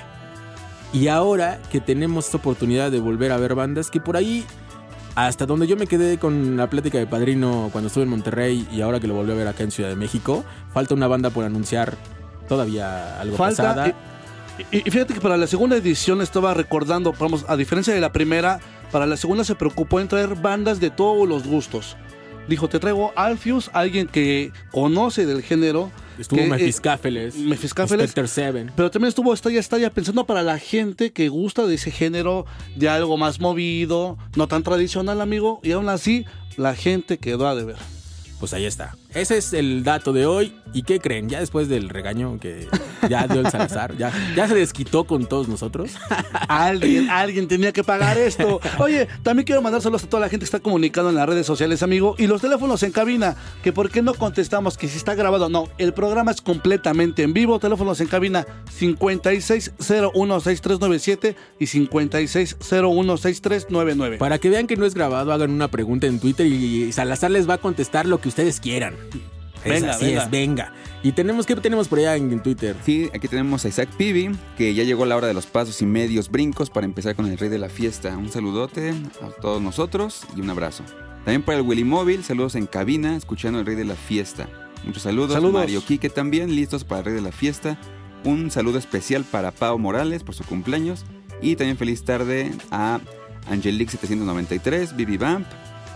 Y ahora que tenemos esta oportunidad de volver a ver bandas, que por ahí, hasta donde yo me quedé con la plática de Padrino cuando estuve en Monterrey y ahora que lo volví a ver acá en Ciudad de México, falta una banda por anunciar, todavía algo falta, pasada. Y, y fíjate que para la segunda edición estaba recordando, vamos, a diferencia de la primera, para la segunda se preocupó en traer bandas de todos los gustos. Dijo, te traigo Alpheus, alguien que conoce del género. Estuvo que, Mefiscáfeles, eh, Mefiscáfeles, Spectre Seven. Pero también estuvo Estalla Estalla, pensando para la gente que gusta de ese género, de algo más movido, no tan tradicional, amigo. Y aún así, la gente quedó a deber. Pues ahí está. Ese es el dato de hoy. ¿Y qué creen? Ya después del regaño que ya dio el Salazar, ya, ya se desquitó con todos nosotros. Alguien, alguien tenía que pagar esto. Oye, también quiero mandar saludos a toda la gente que está comunicando en las redes sociales, amigo. Y los teléfonos en cabina, que por qué no contestamos, que si está grabado. No, el programa es completamente en vivo. Teléfonos en cabina cincuenta y seis cero uno sesenta y tres noventa y siete y cincuenta y seis cero uno sesenta y tres noventa y nueve. Para que vean que no es grabado, hagan una pregunta en Twitter y Salazar les va a contestar lo que ustedes quieran. Venga, es así venga. es, venga. Y tenemos, ¿qué tenemos por allá en, en Twitter? Sí, aquí tenemos a Isaac Pibi, que ya llegó la hora de los pasos y medios brincos para empezar con el rey de la fiesta. Un saludote a todos nosotros y un abrazo. También para el Willy Móvil, saludos en cabina, escuchando el rey de la fiesta. Muchos saludos. Saludos. Mario Quique también, listos para el rey de la fiesta. Un saludo especial para Pau Morales por su cumpleaños. Y también feliz tarde a Angelique setecientos noventa y tres, Bibi Vamp,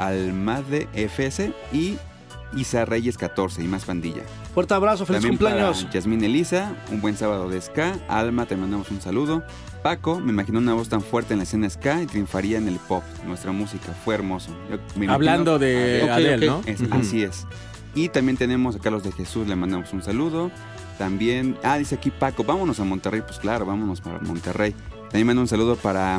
Almade F S y Isa Reyes catorce y más pandilla. Fuerte abrazo, feliz También cumpleaños. para Yasmín Elisa, un buen sábado de ska. Alma, te mandamos un saludo. Paco, me imagino una voz tan fuerte en la escena ska y triunfaría en el pop. Nuestra música fue hermoso. Yo me imagino- Hablando de Ok, Adele, ok. ¿no? Es- Ujú. Así es. Y también tenemos a Carlos de Jesús, le mandamos un saludo. También, ah, dice aquí Paco, vámonos a Monterrey. Pues claro, vámonos para Monterrey. También mando un saludo para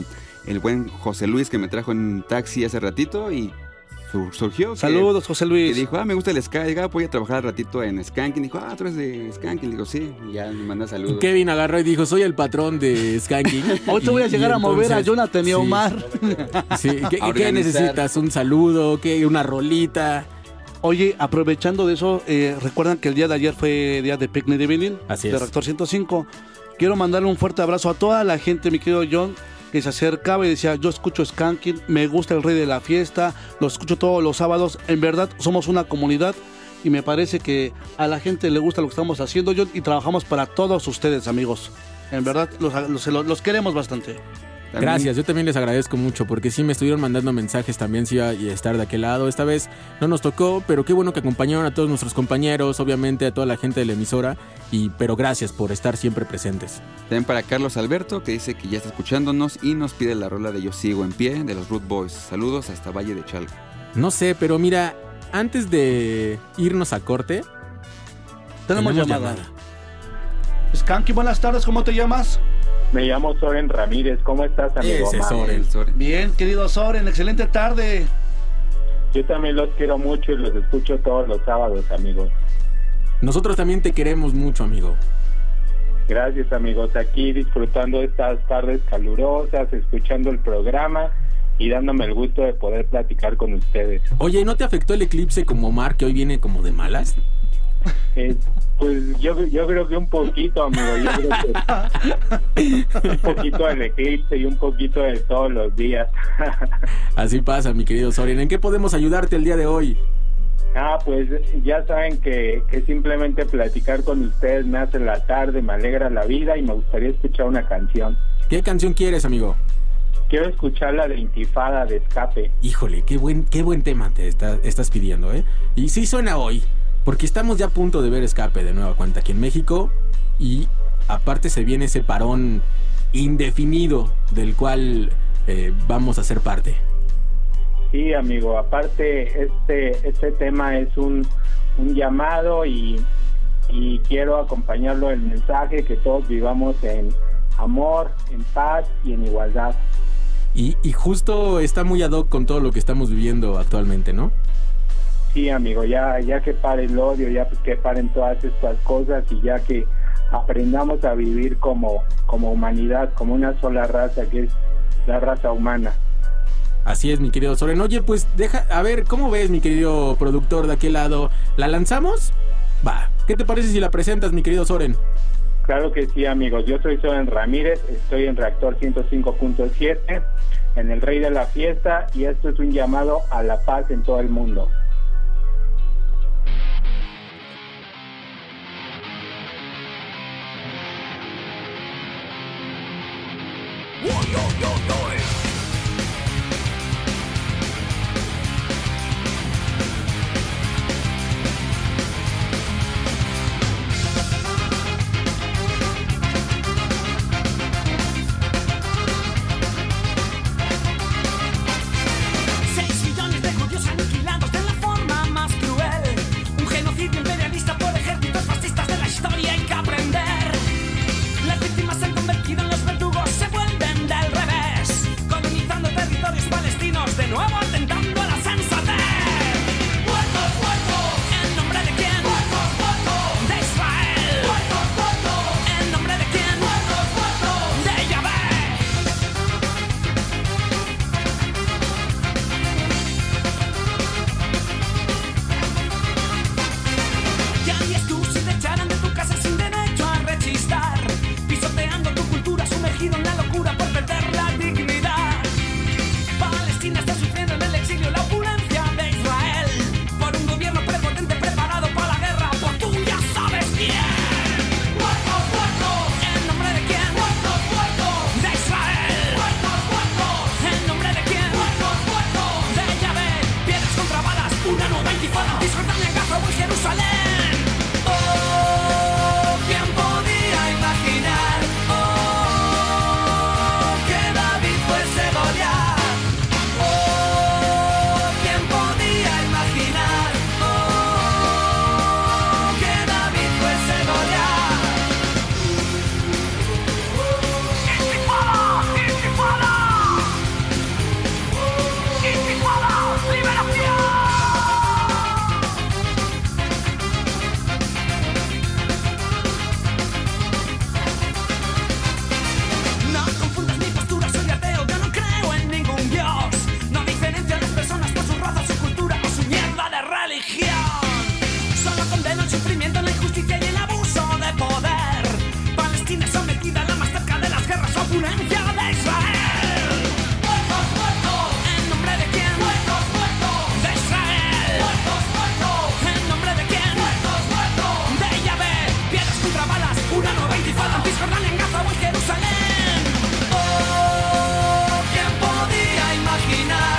el buen José Luis que me trajo en taxi hace ratito y sur- surgió. que- Saludos, José Que Luis. dijo, ah, me gusta el ska, digo, ah, voy a trabajar al ratito en Skanking. Dijo, ah, tú eres de Skanking. Digo, sí, y ya me manda saludos. Kevin agarró y dijo, soy el patrón de Skanking. Hoy te voy a Y- llegar y a mover a entonces, Jonathan y a sí, Omar. Sí, ¿Qué, A qué organizar. necesitas? ¿Un saludo? ¿Qué? ¿Una rolita? Oye, aprovechando de eso, eh, recuerdan que el día de ayer fue día de Picnic de Vinil, Así de es. Reactor ciento cinco. Quiero mandarle un fuerte abrazo a toda la gente, mi querido John, que se acercaba y decía, yo escucho Skanking, me gusta el rey de la fiesta, lo escucho todos los sábados. En verdad, somos una comunidad y me parece que a la gente le gusta lo que estamos haciendo, John, y trabajamos para todos ustedes, amigos. En verdad, los, los, los- los queremos bastante. También- Gracias, yo también les agradezco mucho porque sí me estuvieron mandando mensajes también si iba a estar de aquel lado. Esta vez no nos tocó, pero qué bueno que acompañaron a todos nuestros compañeros, obviamente a toda la gente de la emisora, y pero gracias por estar siempre presentes. También para Carlos Alberto, que dice que ya está escuchándonos y nos pide la rola de Yo Sigo en Pie de los Root Boys. Saludos hasta Valle de Chalco. No sé, pero mira, antes de irnos a corte, Tenemos, llamada. Skanking, buenas tardes, ¿cómo te llamas? Me llamo Soren Ramírez. ¿Cómo estás, amigo? Ese es Omar? Soren. El Soren. Bien, querido Soren, excelente tarde. Yo también los quiero mucho y los escucho todos los sábados, amigos. nosotros también te queremos mucho, amigo. Gracias, amigos. Aquí disfrutando de estas tardes calurosas, escuchando el programa y dándome el gusto de poder platicar con ustedes. Oye, ¿y no te afectó el eclipse como Omar, que hoy viene como de malas? Eh, pues yo, yo creo que un poquito, amigo. Yo creo que un poquito del eclipse y un poquito de todos los días. Así pasa, mi querido Soren. ¿En qué podemos ayudarte el día de hoy? Ah, pues ya saben que, que simplemente platicar con ustedes me hace la tarde, me alegra la vida y me gustaría escuchar una canción. ¿Qué canción quieres, amigo? Quiero escuchar la de Intifada de Escape. Híjole, qué buen, qué buen tema te está- estás pidiendo, ¿eh? Y sí suena hoy, porque estamos ya a punto de ver Escape de nueva cuenta aquí en México, y aparte se viene ese parón indefinido del cual eh, vamos a ser parte. Sí, amigo, aparte este este tema es un, un llamado y, y quiero acompañarlo del mensaje que todos vivamos en amor, en paz y en igualdad. Y, y justo está muy ad hoc con todo lo que estamos viviendo actualmente, ¿no? Sí, amigo, ya, ya que pare el odio, ya que paren todas estas cosas y ya que aprendamos a vivir como, como humanidad, como una sola raza que es la raza humana. Así es, mi querido Soren. Oye, pues deja, a ver, ¿cómo ves, mi querido productor de aquel lado? ¿La lanzamos? Va. ¿Qué te parece si la presentas, mi querido Soren? Claro que sí, amigos. Yo soy Soren Ramírez, estoy en Reactor ciento cinco punto siete, en el Rey de la Fiesta, y esto es un llamado a la paz en todo el mundo. Seis millones de judíos aniquilados en la Solo condena el sufrimiento, la injusticia y el abuso de poder. Palestina es sometida a la más cerca de las guerras, opulencia de Israel. ¡Muertos, muertos! ¿En nombre de quién? ¡Muertos, muertos! De Israel. ¡Muertos, muertos! ¿En nombre de quién? ¡Muertos, muertos! De Yahvé. Piedras contra balas, una nueva intifada en Cisjordania, en Gaza o en Jerusalén. Oh, ¿quién podía imaginar?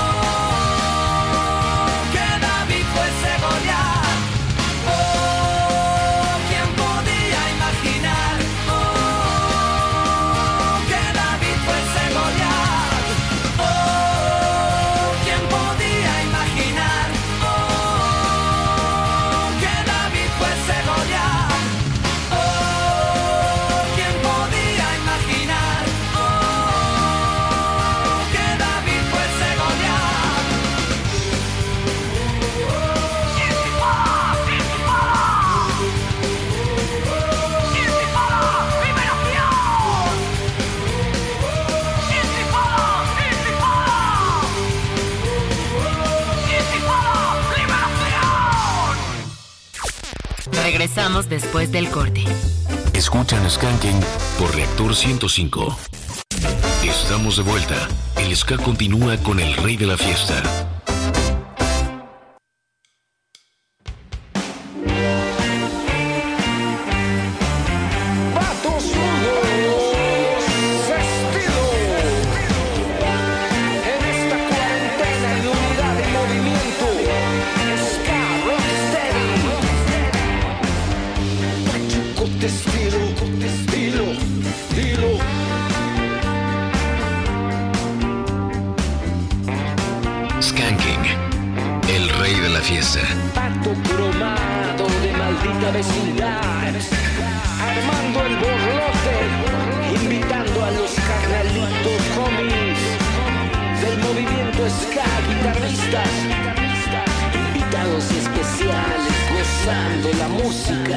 Oh, que David fuese Goliat. Oh, ¿quién podía imaginar? Oh, que David fuese Goliat. Oh, ¿quién podía imaginar? Oh, que David fuese Goliat. Oh, ¿quién podía imaginar? Oh, que David fuese Goliat. ¡Intifada! ¡Intifada! ¡Intifada! ¡Liberación! ¡Intifada! ¡Intifada! ¡Intifada! ¡Liberación! Regresamos después del corte. Escuchan Skanking por Reactor ciento cinco. Estamos de vuelta. El ska continúa con el rey de la fiesta. Patos Rudos, estilo. En esta cuarentena en unidad de movimiento, ska, rocksteady. Pachuco de estilo, de estilo, estilo. Skanking, el rey de la fiesta. Pato cromado de maldita vecindad, armando el borlote, invitando a los carnalitos homies del movimiento ska, guitarristas, invitados especiales, gozando la música.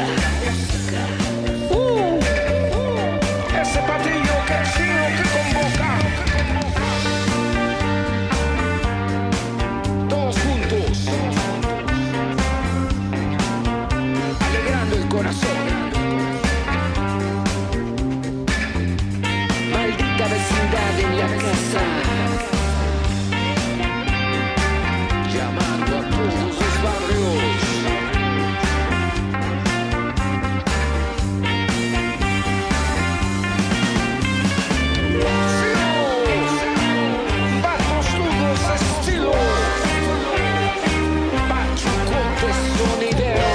Uh, ese patillo que chido que convoca. Todos juntos, alegrando el corazón. Maldita vecindad en la casa, llamando a todos los barrios. Patos Rudos, estilo. Pachuco de sonidero.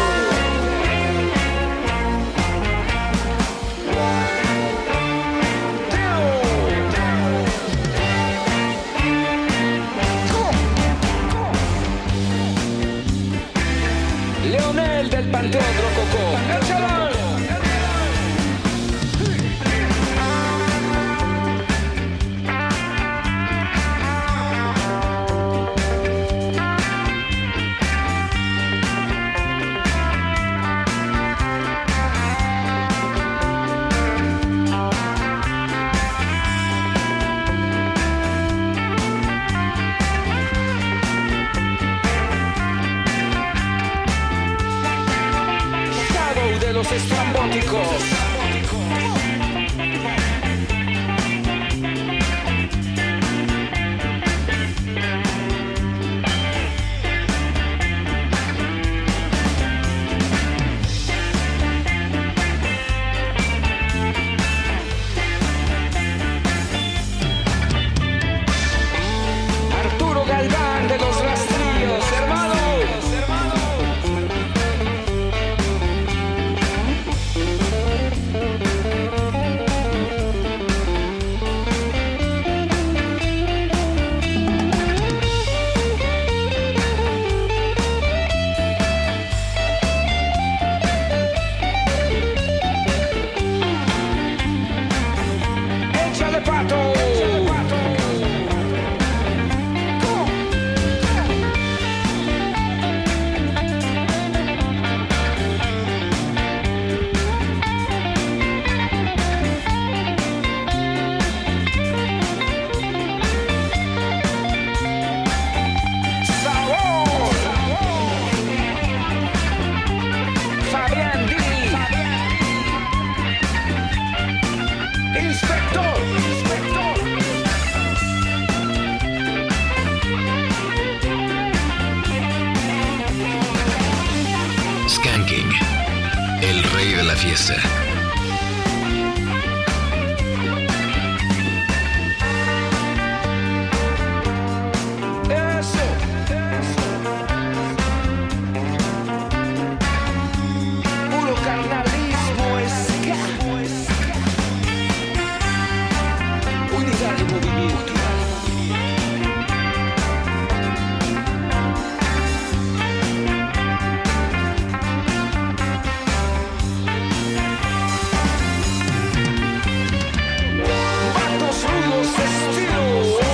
Leonel del Panteón Rococó. ¡Échalo! Shadow de los estrambóticos. Arturo Galván de los Rastrillos, hermanos. Skanking, el rey de la fiesta. Puro carnalismo, ska. Unidad de movimiento. Vatos rudos estilo.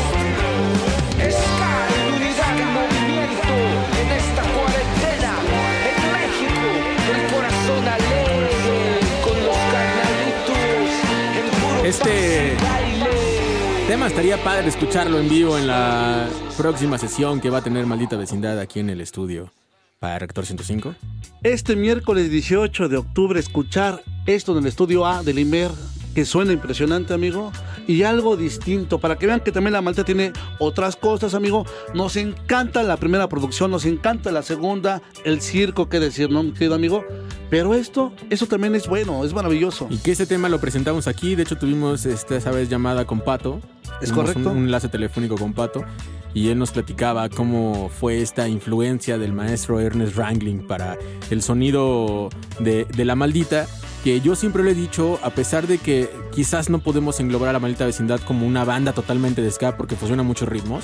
Ska en unidad de movimiento. En esta cuarentena. En México. El corazón alegre. Con los carnalitos. En puro Este paz y baile. tema estaría padre escucharlo en vivo en la próxima sesión que va a tener Maldita Vecindad aquí en el estudio para Reactor ciento cinco. Este miércoles dieciocho de octubre, escuchar esto en el estudio A del Imer, que suena impresionante, amigo, y algo distinto, para que vean que también la Malta tiene otras cosas, amigo. Nos encanta la primera producción, nos encanta la segunda, el circo, qué decir, ¿no, mi querido amigo? Pero esto, eso también es bueno, es maravilloso. Y que ese tema lo presentamos aquí. De hecho, tuvimos este, esa vez llamada con Pato. ¿Es Tuvimos correcto? Un, un enlace telefónico con Pato. Y él nos platicaba cómo fue esta influencia del maestro Ernest Wrangling para el sonido de, de La Maldita. Que yo siempre le he dicho, a pesar de que quizás no podemos englobar a La Maldita Vecindad como una banda totalmente de ska porque fusiona muchos ritmos,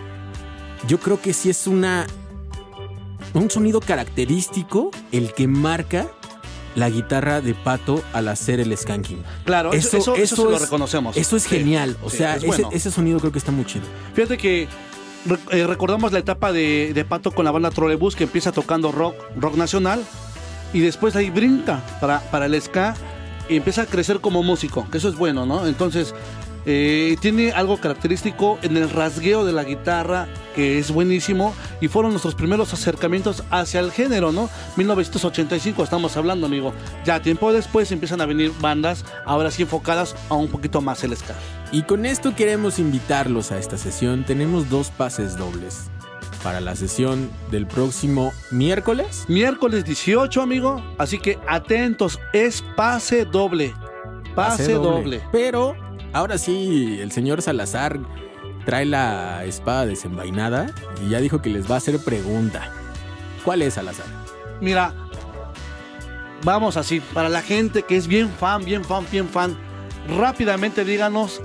yo creo que sí es una un sonido característico el que marca la guitarra de Pato al hacer el skanking. Claro, eso, eso, eso, se lo es- reconocemos. Eso es Sí, genial. O sí, sea, es ese, bueno. ese sonido creo que está muy chido. Fíjate que re- eh, recordamos la etapa de, de Pato con la banda Trolebús, que empieza tocando rock, rock nacional, y después ahí brinca para, para el ska y empieza a crecer como músico, que eso es bueno, ¿no? Entonces, eh, tiene algo característico en el rasgueo de la guitarra, que es buenísimo, y fueron nuestros primeros acercamientos hacia el género, ¿no? mil novecientos ochenta y cinco estamos hablando, amigo. Ya tiempo después empiezan a venir bandas, ahora sí enfocadas a un poquito más el ska. Y con esto queremos invitarlos a esta sesión. Tenemos dos pases dobles para la sesión del próximo miércoles. Miércoles dieciocho, amigo. Así que atentos, es pase doble. Pase, doble. Pero ahora sí, el señor Salazar trae la espada desenvainada y ya dijo que les va a hacer pregunta. ¿Cuál es, Salazar? Mira, vamos así, para la gente que es bien fan, bien fan, bien fan, rápidamente díganos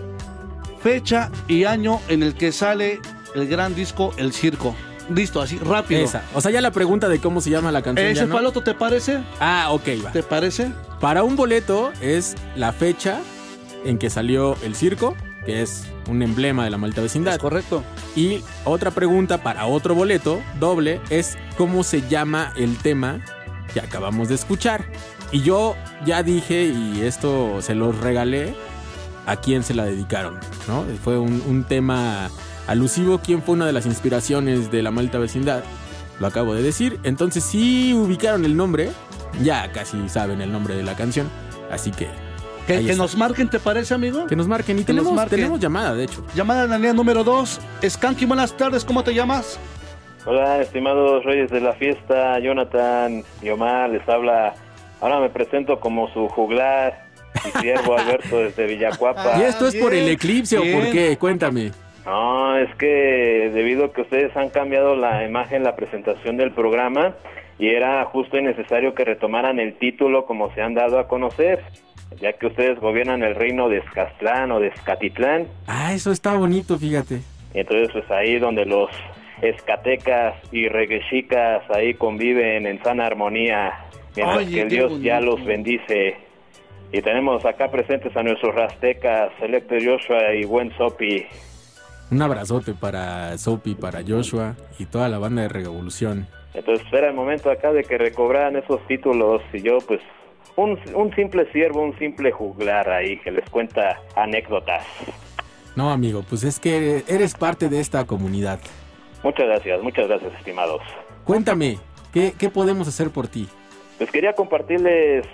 fecha y año en el que sale el gran disco El Circo. Listo, así, rápido. Esa. O sea, ya la pregunta de cómo se llama la canción. ¿Ese ya no. paloto te parece? Ah, ok, va. ¿Te parece? Para un boleto es la fecha en que salió El Circo, que es un emblema de la Maldita Vecindad. Es correcto. Y otra pregunta para otro boleto doble es cómo se llama el tema que acabamos de escuchar. Y yo ya dije, y esto se los regalé, a quién se la dedicaron, ¿no? Fue un, un tema alusivo, quién fue una de las inspiraciones de la Maldita Vecindad. Lo acabo de decir. Entonces, si ubicaron el nombre, ya casi saben el nombre de la canción. Así que Que, ahí que está. nos marquen, ¿te parece, amigo? Que nos marquen. Y Que nos tenemos, marquen. tenemos llamada, de hecho. Llamada en la línea número dos. Skanky, buenas tardes, ¿cómo te llamas? Hola, estimados reyes de la fiesta, Jonathan y Omar, les habla. Ahora me presento como su juglar y siervo Alberto desde Villacuapa. ¿Y esto es por el eclipse o por qué? Cuéntame. No, es que debido a que ustedes han cambiado la imagen, la presentación del programa, y era justo y necesario que retomaran el título como se han dado a conocer, ya que ustedes gobiernan el reino de Escaztlán o de Escatitlán, Ah, eso está bonito, fíjate. y entonces pues ahí donde los escatecas y reguexicas ahí conviven en sana armonía, mientras Oye, que el qué Dios ya bonito. los bendice. Y tenemos acá presentes a nuestros rastecas, Selecto Joshua y Buen Sopi. Un abrazote para Sopi, para Joshua y toda la banda de Revolución. Entonces era el momento acá de que recobraran esos títulos y yo pues un, un simple siervo, un simple juglar ahí que les cuenta anécdotas. No, amigo, pues es que eres parte de esta comunidad. Muchas gracias, muchas gracias, estimados. Cuéntame, ¿qué, qué podemos hacer por ti? Pues quería compartirles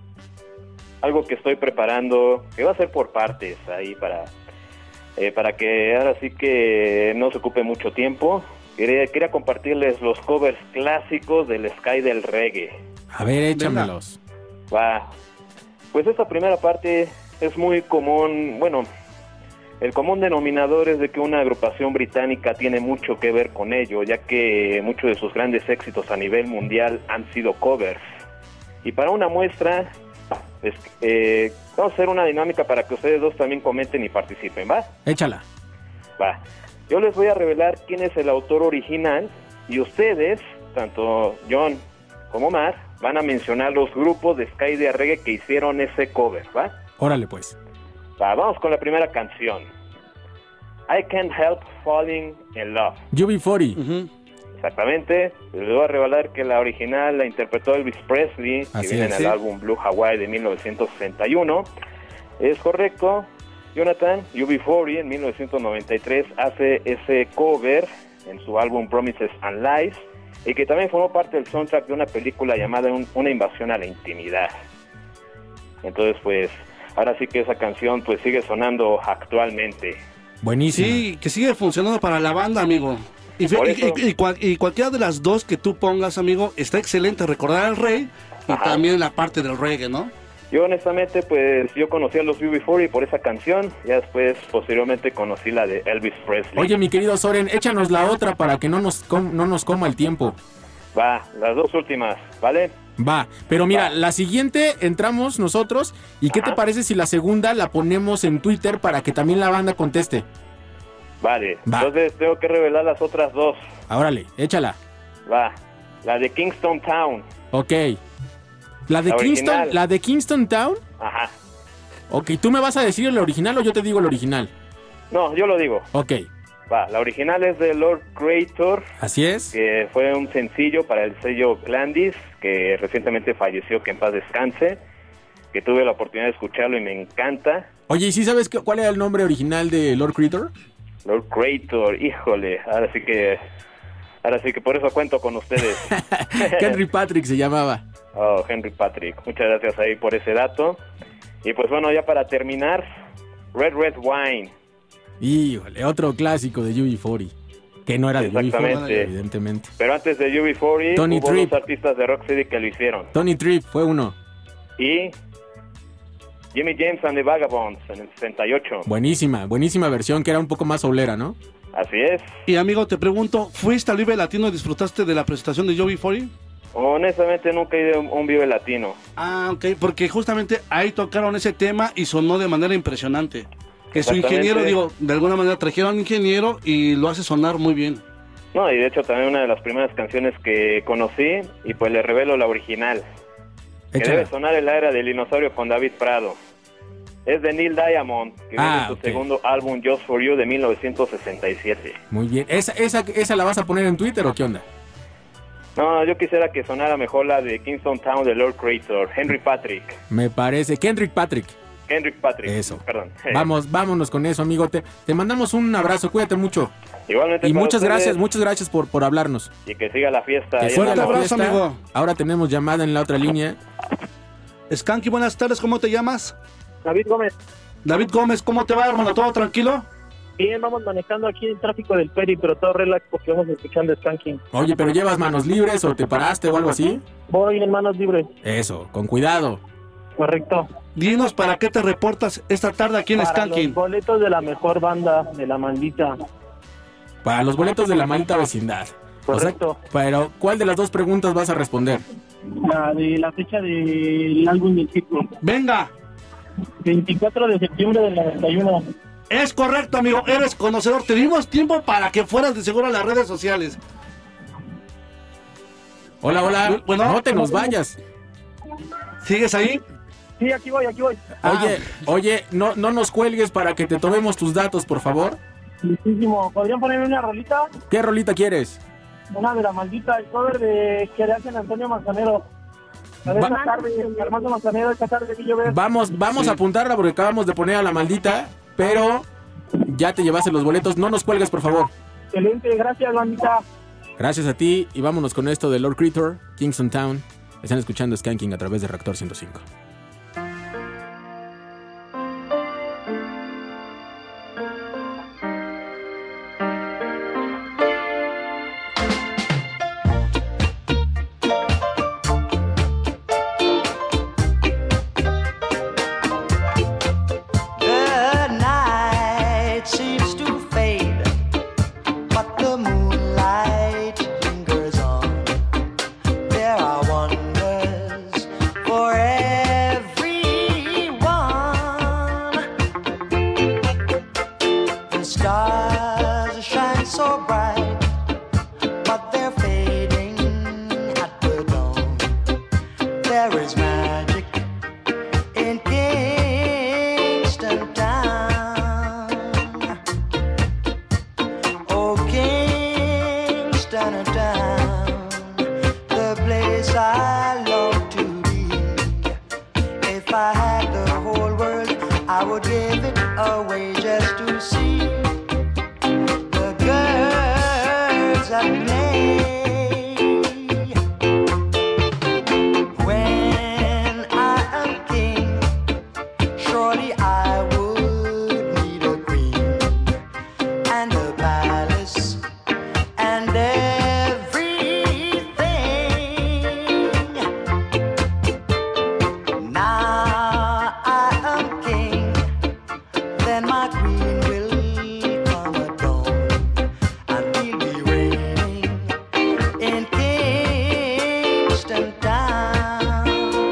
algo que estoy preparando, que va a ser por partes ahí para, eh, para que ahora sí que no se ocupe mucho tiempo. Quería, quería compartirles los covers clásicos del ska y del reggae. A ver, échamelos. Va. Pues esta primera parte es muy común, bueno, el común denominador es de que una agrupación británica tiene mucho que ver con ello, ya que muchos de sus grandes éxitos a nivel mundial han sido covers. Y para una muestra, pues, eh, vamos a hacer una dinámica para que ustedes dos también comenten y participen, ¿va? Échala. Va. Yo les voy a revelar quién es el autor original y ustedes, tanto John como Mar, van a mencionar los grupos de ska y de reggae que hicieron ese cover, ¿va? Órale, pues. Va, vamos con la primera canción. I Can't Help Falling in Love. U B cuarenta. Ujú. Exactamente. Les voy a revelar que la original la interpretó Elvis Presley, que Así viene es, en sí. el álbum Blue Hawaii de mil novecientos sesenta y uno. Es correcto. Jonathan, U B cuarenta en mil novecientos noventa y tres hace ese cover en su álbum Promises and Lies, y que también formó parte del soundtrack de una película llamada Un- Una invasión a la intimidad. Entonces, pues, ahora sí que esa canción pues sigue sonando actualmente. Buenísimo. Sí, que sigue funcionando para la banda, amigo. Y, fe- Por y- eso. y- y cual- y cualquiera de las dos que tú pongas, amigo, está excelente. Recordar al rey y Ajá. también la parte del reggae, ¿no? Yo honestamente pues yo conocí a los U B cuarenta por esa canción, ya después posteriormente conocí la de Elvis Presley. Oye, mi querido Soren, échanos la otra para que no nos, com- no nos coma el tiempo. Va, las dos últimas, ¿vale? Va, pero mira, la siguiente entramos nosotros. ¿Y qué te Ajá. parece si la segunda la ponemos en Twitter para que también la banda conteste? Vale, Va. entonces tengo que revelar las otras dos. Órale, échala. Va, la de Kingston Town. Ok. La de La Kingston, original. la de Kingston Town. Ajá. Ok, ¿tú me vas a decir el original o yo te digo el original? No, yo lo digo. Ok, Va, la original es de Lord Creator, así es. que fue un sencillo para el sello Glandis, que recientemente falleció, que en paz descanse, que tuve la oportunidad de escucharlo y me encanta. Oye, ¿y sí sabes qué- cuál era el nombre original de Lord Creator? Lord Creator, híjole, ahora sí que, ahora sí que por eso cuento con ustedes. Henry Patrick se llamaba. Oh, Henry Patrick, muchas gracias ahí por ese dato. Y pues bueno, ya para terminar, Red Red Wine. Híjole, otro clásico de U B cuarenta. Que no era de U B cuarenta, Exactamente. evidentemente. Pero antes de U B cuarenta Tony hubo Tripp. dos artistas de Rocksteady que lo hicieron. Tony Tripp fue uno. Y Jimmy James and the Vagabonds en el sesenta y ocho. Buenísima, buenísima versión que era un poco más soulera, ¿no? Así es. Y amigo, te pregunto, ¿fuiste al Vive Latino y disfrutaste de la presentación de U B cuarenta? Honestamente nunca he ido a un- un Vive Latino. Ah, ok, porque justamente ahí tocaron ese tema y sonó de manera impresionante. Que su Exactamente. ingeniero, digo, de alguna manera trajeron un ingeniero y lo hace sonar muy bien. No, y de hecho también una de las primeras canciones que conocí, y pues le revelo la original. Que Échala. debe sonar en la era del dinosaurio con David Prado. Es de Neil Diamond, que viene Ah, en su ok. segundo álbum Just For You de mil novecientos sesenta y siete. Muy bien. ¿Esa, esa, ¿Esa la vas a poner en Twitter o qué onda? No, yo quisiera que sonara mejor la de Kingston Town de Lord Creator, Henry Patrick. Me parece. Kendrick Patrick. Henry Patrick. Eso. Perdón. Vamos, vámonos con eso, amigo. Te, te mandamos un abrazo, cuídate mucho. Igualmente Y para muchas ustedes, gracias, muchas gracias por, por hablarnos. Y que siga la fiesta. Que ahí siga en la la- abrazo, fiesta. amigo. Ahora tenemos llamada en la otra línea. Skanky, buenas tardes, ¿cómo te llamas? David Gómez. David Gómez, ¿cómo te va, hermano? ¿Todo tranquilo? Bien, vamos manejando aquí el tráfico del Peri, pero todo relax porque vamos escuchando Skanking. Oye, pero ¿llevas manos libres o te paraste o algo así? Voy en manos libres, Eso, con cuidado. correcto. Dinos para qué te reportas esta tarde aquí en Para Skanking. los boletos de la mejor banda, de la maldita. Para los boletos de la maldita vecindad. O sea, Correcto. pero, ¿cuál de las dos preguntas vas a responder? La de la fecha del álbum del ciclo. Venga, veinticuatro de septiembre del noventa y uno. es correcto, amigo, eres conocedor. Te dimos tiempo para que fueras de seguro a las redes sociales. Hola, hola. Bueno. no te nos vayas. ¿Sigues ahí? Sí, aquí voy, aquí voy. Oye, oye, no, no nos cuelgues para que te tomemos tus datos, por favor. Listísimo. ¿Podrían poner una rolita? ¿Qué rolita quieres? Una de la maldita, el cover de que le hacen Antonio Manzanero. A ver, Va- esta tarde, Armando Manzanero, esta tarde que yo veo. Vamos, vamos a apuntarla porque acabamos de poner a la maldita, pero ya te llevaste los boletos. No nos cuelgues, por favor. Excelente, gracias, bandita. Gracias a ti y vámonos con esto de Lord Creator, Kingston Town. Están escuchando Skanking a través de Reactor ciento cinco. There is magic in Kingston town. Oh, Kingston town, the place I long to be. If I had the whole world, I would give it away just to see the girls that play. When I am king, surely I would need a queen and a palace and everything. Now I am king, then my queen will come at dawn, and we'll be reigning in Kingston town.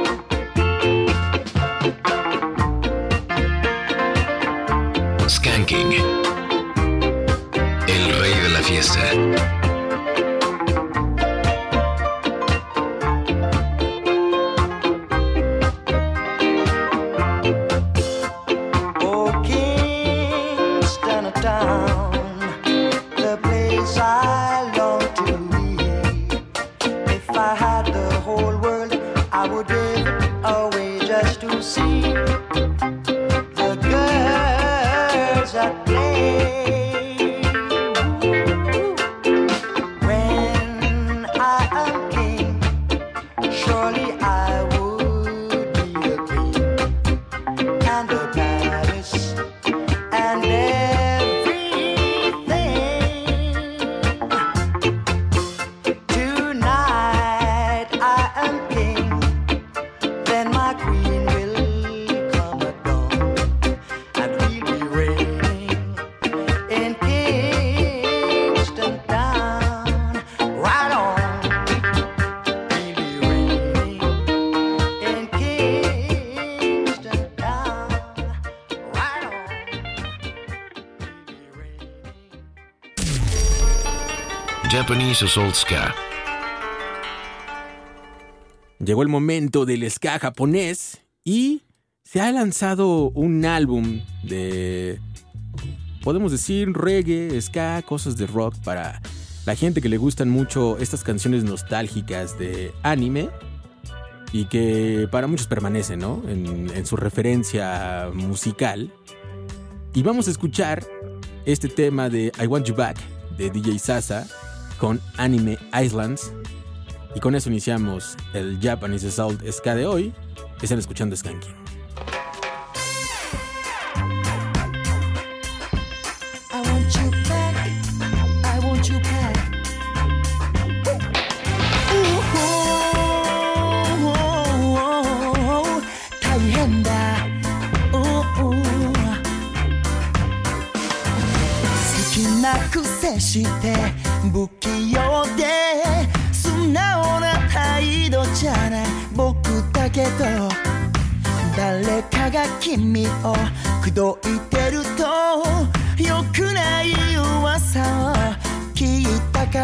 Skanking, el rey de la fiesta. Oh, Kingston town, the place I long to be. If I had the whole world, I would give it away just to see the girls that play. When I am king, surely I would be a queen and a palace and everything. Tonight I am king, then my queen will come at dawn, and we'll be reigning in Kingston town. Right on, we'll be reigning in Kingston town. Right on. Japanese Assault Ska. Llegó el momento del ska japonés y se ha lanzado un álbum de, podemos decir, reggae, ska, cosas de rock para la gente que le gustan mucho estas canciones nostálgicas de anime y que para muchos permanecen, ¿no? En, en su referencia musical. Y vamos a escuchar este tema de I Want You Back de D J Sasa con Anime Islands. Y con eso iniciamos el Japanese Assault Ska de hoy. Están escuchando Skanking. I want you back, I want you back. Ooh, oh, oh, oh, 大変だ。Ooh, ooh. 好きなくせして不器用で素直な態度じゃない僕だけど誰かが君を口説いてると良くない噂を聞いたから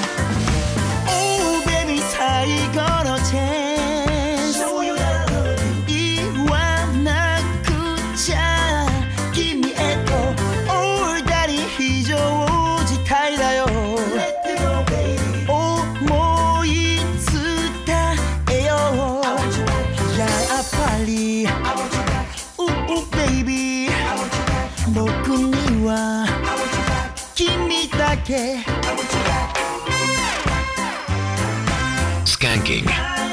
Oh baby 最後のチャンス言わなくちゃ君へとオーダーに非常事態だよ思い伝えようやっぱり Ooh, ooh, baby 僕には君だけ Skanking.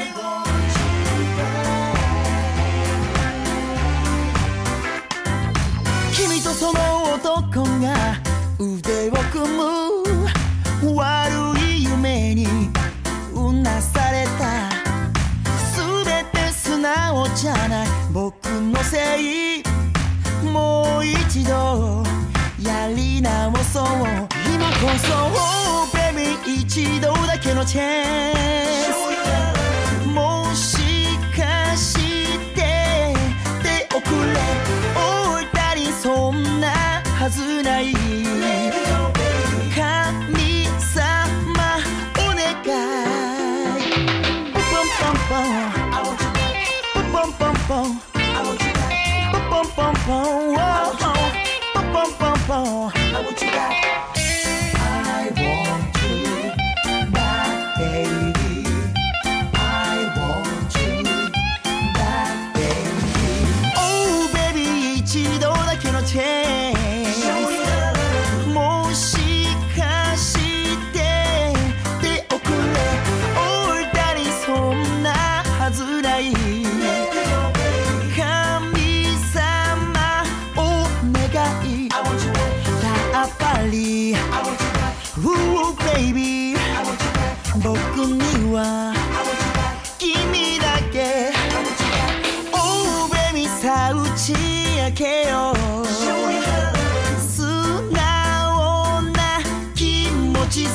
君とその男が腕を組む悪い夢にうなされた全て素直じゃない僕のせいもう一度やり直そう今こそベビー一度だけのチャンスもしかして手遅れお二人そんなはずない神様お願いポンポンポンポン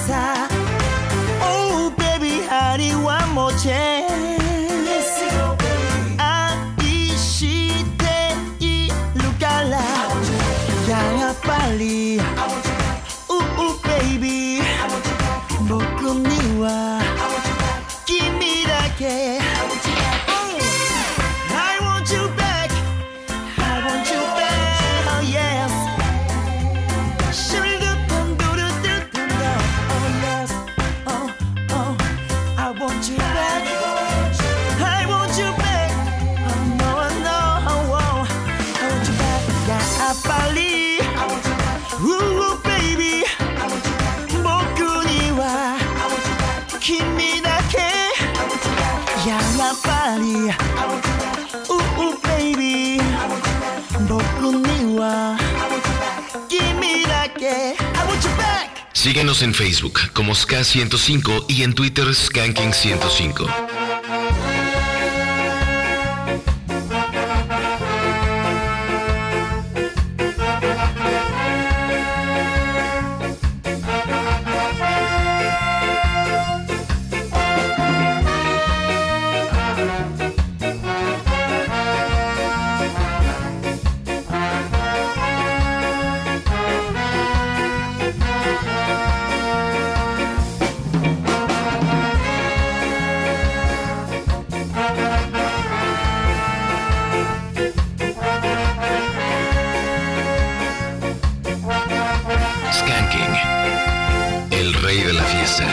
side. Oh, baby, honey, one more chance. Aishite ilukala Yaya pali. Ooh, ooh, baby, boku ni wa kimi dake. I want you back. I want you back. Oh yes. Oh yes. Oh oh. I want you back. I want you back. Oh no no. Oh, oh. I want you back. Yeah, Apali. Ooh baby. Boku ni wa kimi dake. Yeah, Apali. Ooh, ooh, baby. Boku ni wa kimi dake. I want you back. Síguenos en Facebook como Ska ciento cinco y en Twitter Skanking ciento cinco. Skanking, el rey de la fiesta.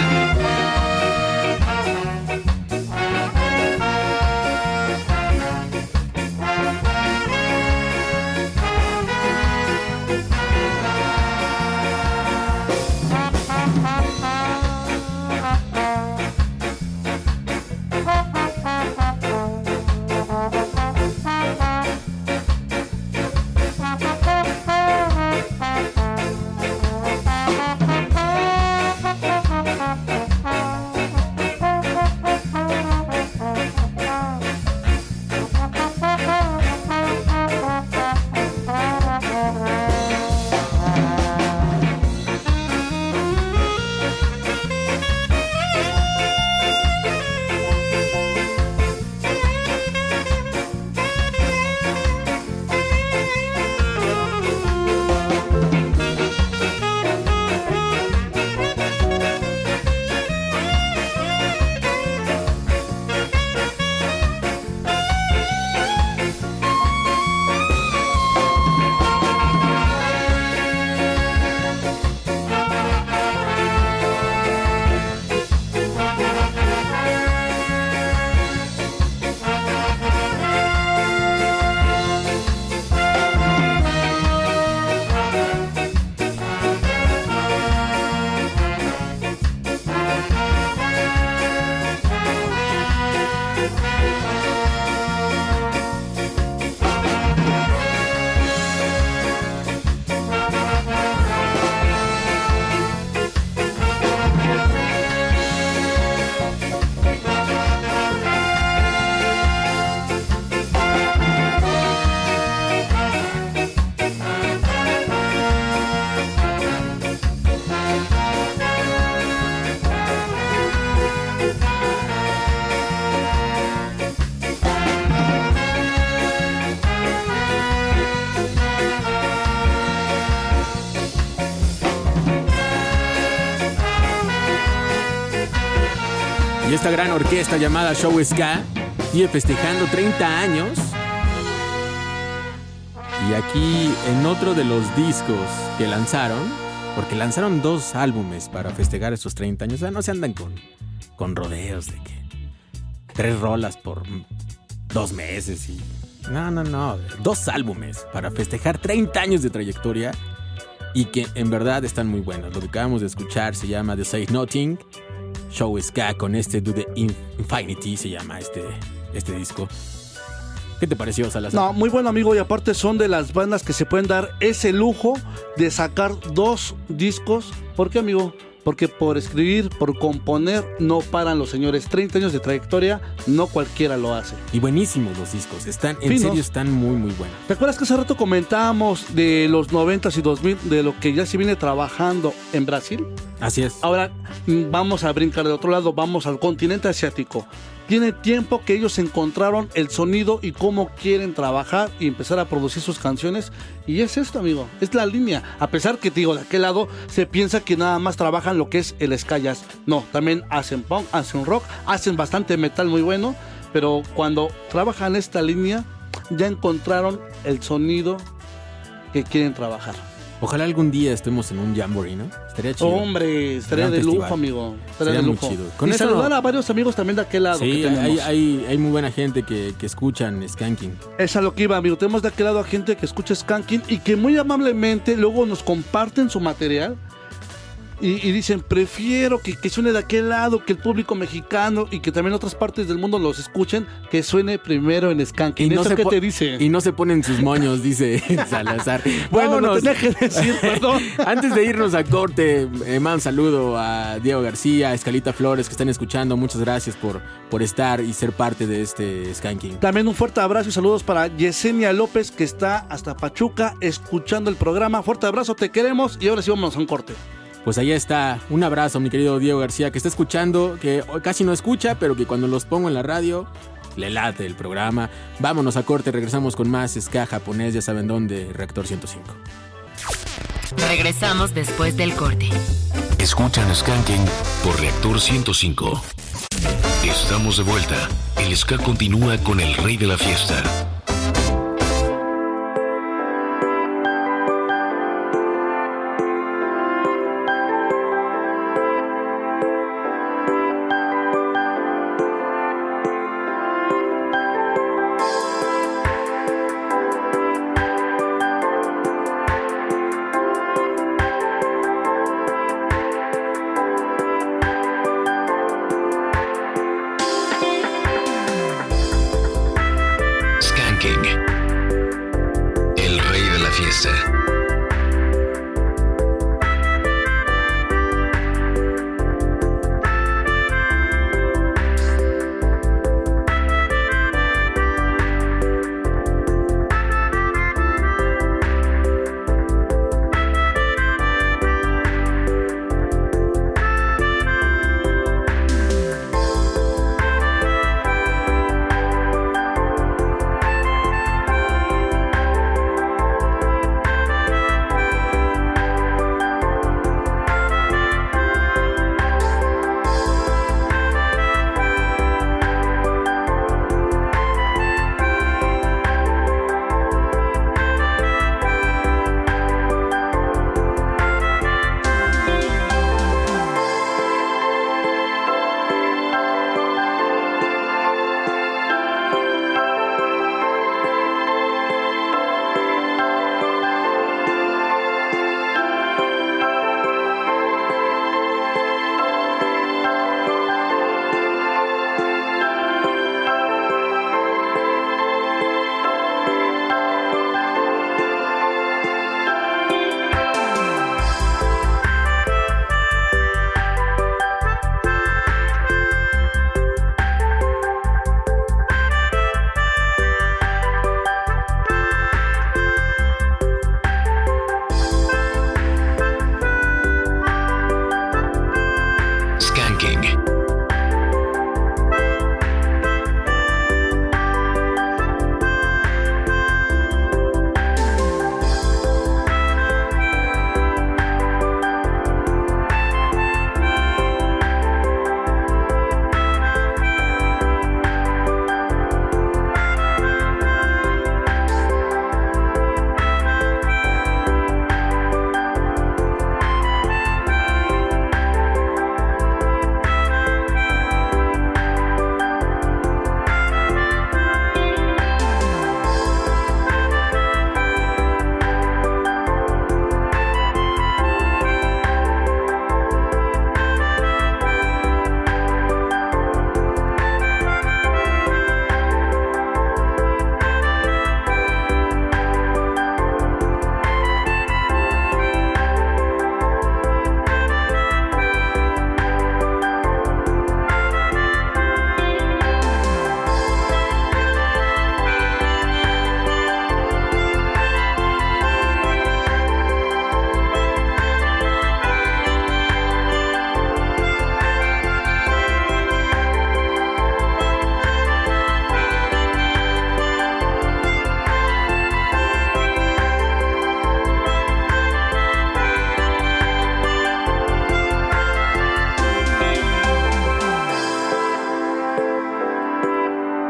Y esta gran orquesta llamada Show Ska sigue festejando treinta años. Y aquí en otro de los discos que lanzaron, porque lanzaron dos álbumes para festejar estos treinta años, o sea, no se andan con, con rodeos de que tres rolas por dos meses y... No, no, no, dos álbumes para festejar treinta años de trayectoria y que en verdad están muy buenos. Lo que acabamos de escuchar se llama The Say Nothing, Show Ska con este Do The Infinity se llama este, este disco. ¿Qué te pareció, Salazar? No, muy buen amigo, y aparte son de las bandas que se pueden dar ese lujo de sacar dos discos. ¿Por qué, amigo? porque por escribir, por componer, no paran los señores. treinta años de trayectoria, no cualquiera lo hace. Y buenísimos los discos, están, en Finos. serio, están muy, muy buenos. ¿Te acuerdas que hace rato comentábamos de los noventas y dos mil, de lo que ya se viene trabajando en Brasil? Así es. Ahora mm, vamos a brincar de otro lado, vamos al continente asiático. Tiene tiempo que ellos encontraron el sonido y cómo quieren trabajar y empezar a producir sus canciones. Y es esto, amigo, es la línea. A pesar que, te digo, de aquel lado se piensa que nada más trabajan lo que es el ska jazz. No, también hacen punk, hacen rock, hacen bastante metal muy bueno. Pero cuando trabajan esta línea, ya encontraron el sonido que quieren trabajar. Ojalá algún día estemos en un jamboree, ¿no? Estaría chido. Hombre, estaría Gran de festival. lujo, amigo. Estaría Sería de muy lujo. chido. Con Y eso- saludar a varios amigos también de aquel lado Sí, que tenemos. hay, hay, hay muy buena gente que, que escuchan Skanking. Es a lo que iba, amigo. Tenemos de aquel lado a gente que escucha Skanking y que muy amablemente luego nos comparten su material y, y dicen, prefiero que, que suene de aquel lado, que el público mexicano y que también otras partes del mundo los escuchen, que suene primero en Skanking. ¿Eso qué po- te dice? Y no se ponen sus moños, dice Salazar. Bueno, no Vámonos. tenía que decir, perdón. Antes de irnos a corte, eh, mando un saludo a Diego García, a Escalita Flores que están escuchando. Muchas gracias por, por estar y ser parte de este Skanking. También un fuerte abrazo y saludos para Yesenia López, que está hasta Pachuca escuchando el programa. Fuerte abrazo, te queremos y ahora sí vamos a un corte. Pues allá está. Un abrazo, mi querido Diego García, que está escuchando, que hoy casi no escucha, pero que cuando los pongo en la radio le late el programa. Vámonos a corte, regresamos con más ska japonés, ya saben dónde, Reactor ciento cinco. Regresamos después del corte. Escuchan Skanking por Reactor ciento cinco. Estamos de vuelta. El ska continúa con el rey de la fiesta. Skanking, el rey de la fiesta.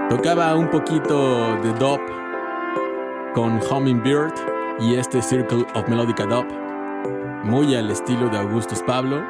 Tocaba un poquito de dub con Hummingbird y este Circle of Melodica Dub, muy al estilo de Augustus Pablo.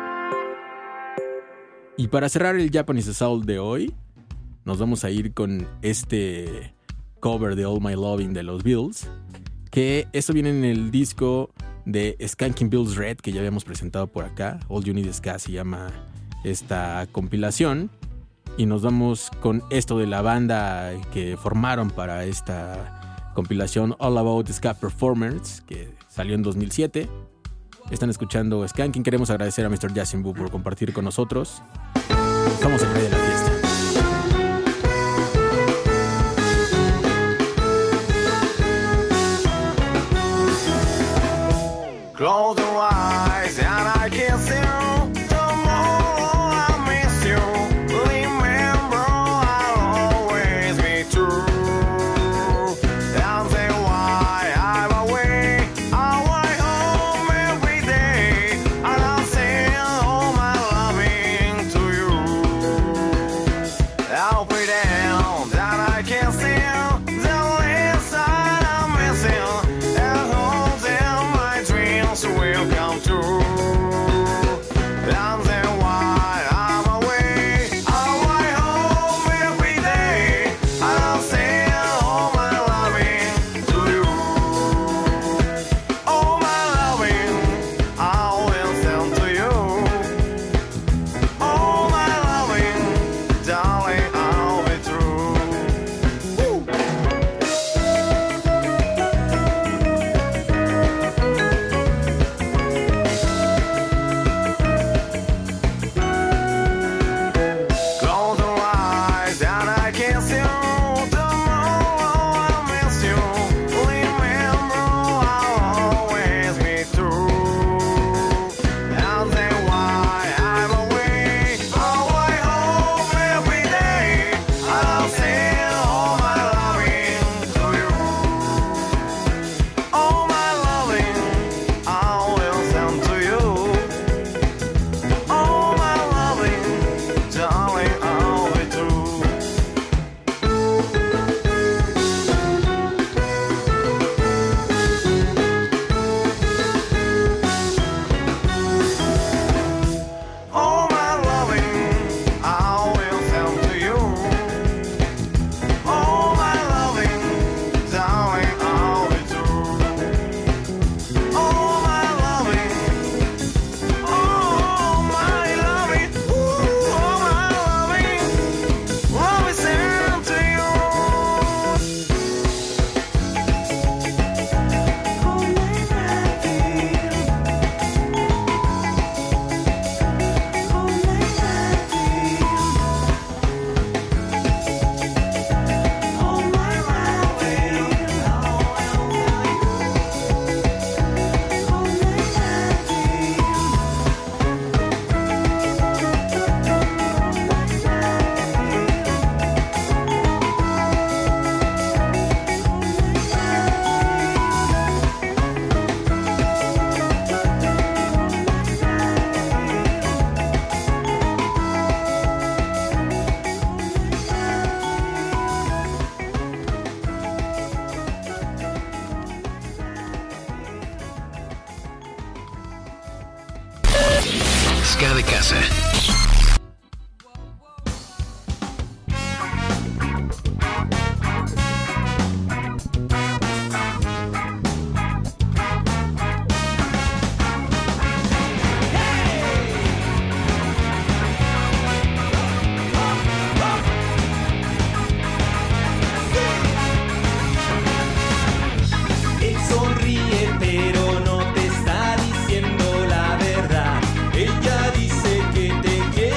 Y para cerrar el Japanese Soul de hoy, nos vamos a ir con este cover de All My Loving de los Beatles, que esto viene en el disco de Skanking Bills Red que ya habíamos presentado por acá. All You Need Is Ska se llama esta compilación. Y nos vamos con esto de la banda que formaron para esta compilación, All About Ska Performers, que salió en dos mil siete. Están escuchando Skanking. Queremos agradecer a mister Yasin Bu por compartir con nosotros. Somos el rey de la fiesta. Close your eyes and I can see you. Tomorrow I miss you. Remember I'll always be true. And say why I'm away. I way home every day. And I'll send all my loving to you. I'll pretend that I can see you. The last I'm missing. And hope in my dreams will come true. And then while I'm away, I'll way home every day. And I'll send all my loving to you. All my loving I will send to you. All my loving, darling, I'll be true. Woo! Close your eyes and I can see you. Tomorrow I'll miss you. Remember I'll always be true. And then why I'm away, I'll way home every day. I'll send all my loving to you. All my loving I will send to you. All my loving, darling, I'll be true. All my loving I will send to you. All my loving, darling, I'll be true. All my loving, all my loving, ooh, all my loving, will be sent to you. Ska de casa. Él sonríe pero no te está diciendo la verdad. Ella dice que te quiere.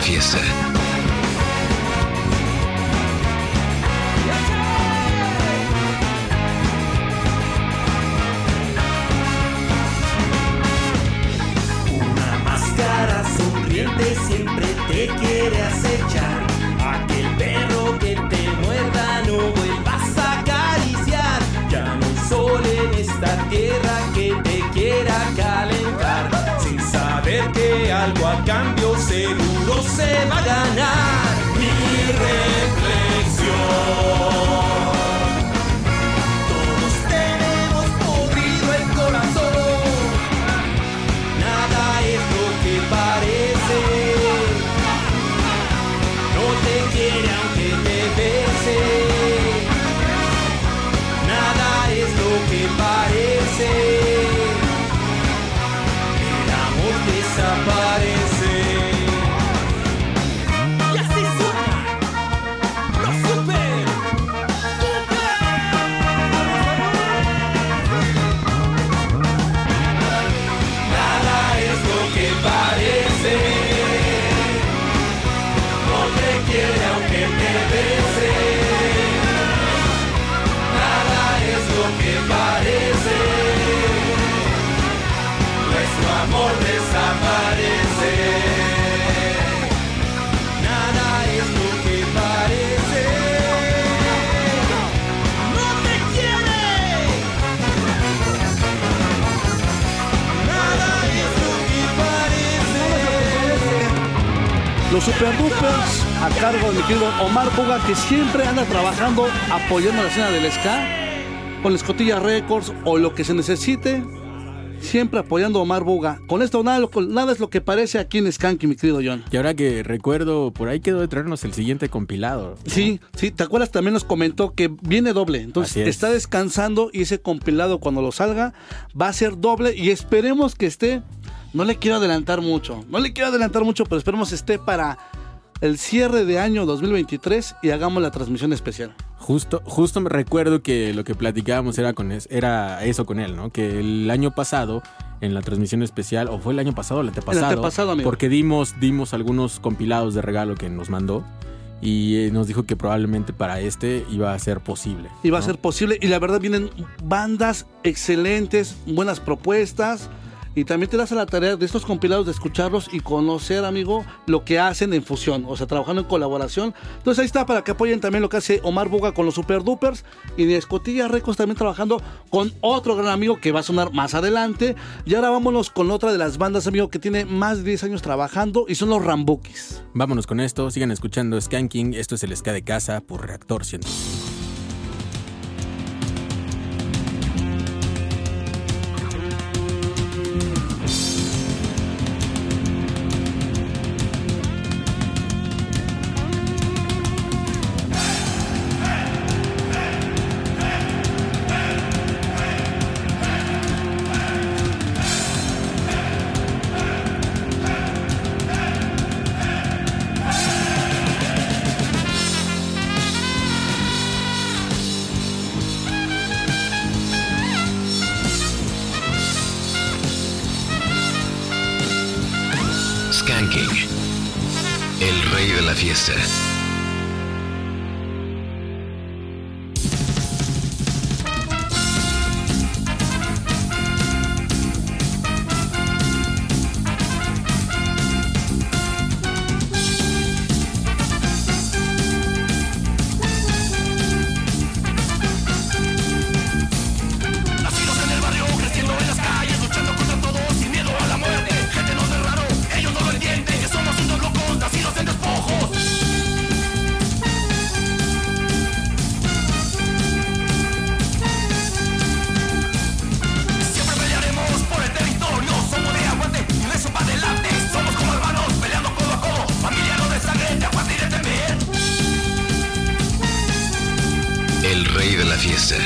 fiesta. Una máscara sonriente siempre te quiere acechar. Aquel perro que te muerda no vuelvas a acariciar. Ya no hay sol en esta tierra que te quiera calentar. Sin saber que algo a cambio seguro se va a ganar. Mi reflexión. Todos tenemos podrido el corazón. Nada es lo que parece. No te quiere aunque te bese. Nada es lo que parece. El amor desaparece. Y así suena los super. Nada es lo que parece. No te quiere aunque te bese. Nada es lo que parece. Nuestro amor desaparece. Nada es lo que parece. No te quiere. Nada es lo que parece. Los Super Dupers, a cargo de mi querido Omar Buga, que siempre anda trabajando, apoyando la escena del ska, con la Escotilla Records o lo que se necesite, siempre apoyando a Omar Buga. Con esto nada, lo- nada es lo que parece aquí en Skanky, mi querido John. Y ahora que recuerdo, por ahí quedó de traernos el siguiente compilado. Sí, sí, ¿te acuerdas? También nos comentó que viene doble. Entonces Así es. está descansando y ese compilado cuando lo salga va a ser doble y esperemos que esté. No le quiero adelantar mucho, no le quiero adelantar mucho, pero esperemos esté para el cierre de año dos mil veintitrés y hagamos la transmisión especial. Justo, justo me recuerdo que lo que platicábamos era, con es- era eso con él, ¿no? Que el año pasado, en la transmisión especial, o fue el año pasado o el antepasado, El antepasado, amigo. porque dimos, dimos algunos compilados de regalo que nos mandó y eh, nos dijo que probablemente para este iba a ser posible. Y va a ¿no? ser posible y la verdad vienen bandas excelentes, buenas propuestas. Y también te das a la tarea de estos compilados de escucharlos y conocer, amigo, lo que hacen en fusión, o sea, trabajando en colaboración. Entonces ahí está para que apoyen también lo que hace Omar Buga con los Super Dupers y de Escotilla Records también trabajando con otro gran amigo que va a sonar más adelante. Y ahora vámonos con otra de las bandas, amigo, que tiene más de diez años trabajando y son los Rambukis. Vámonos con esto, sigan escuchando Skanking, esto es el Ska de Casa por Reactor ciento cinco. Skanking, el rey de la fiesta. Nacidos en el barrio, creciendo en las calles, luchando contra todo sin miedo a la muerte. Gente no es raro, ellos no lo entienden, que somos unos locos nacidos en despojos. Siempre pelearemos por el territorio, somos de aguante y de eso para adelante. Somos como hermanos, peleando codo a codo, familia no de sangre, de aguante y de temer. El rey de la fiesta.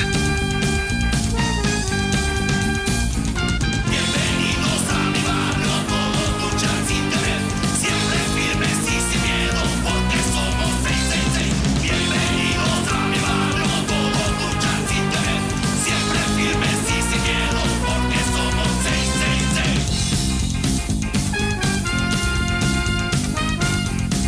Bienvenidos a mi barrio, todos luchan sin temer, siempre firmes y sin miedo, porque somos seis seis seis. Bienvenidos a mi barrio, todos luchan sin temer, siempre firmes y sin miedo, porque somos seis seis seis.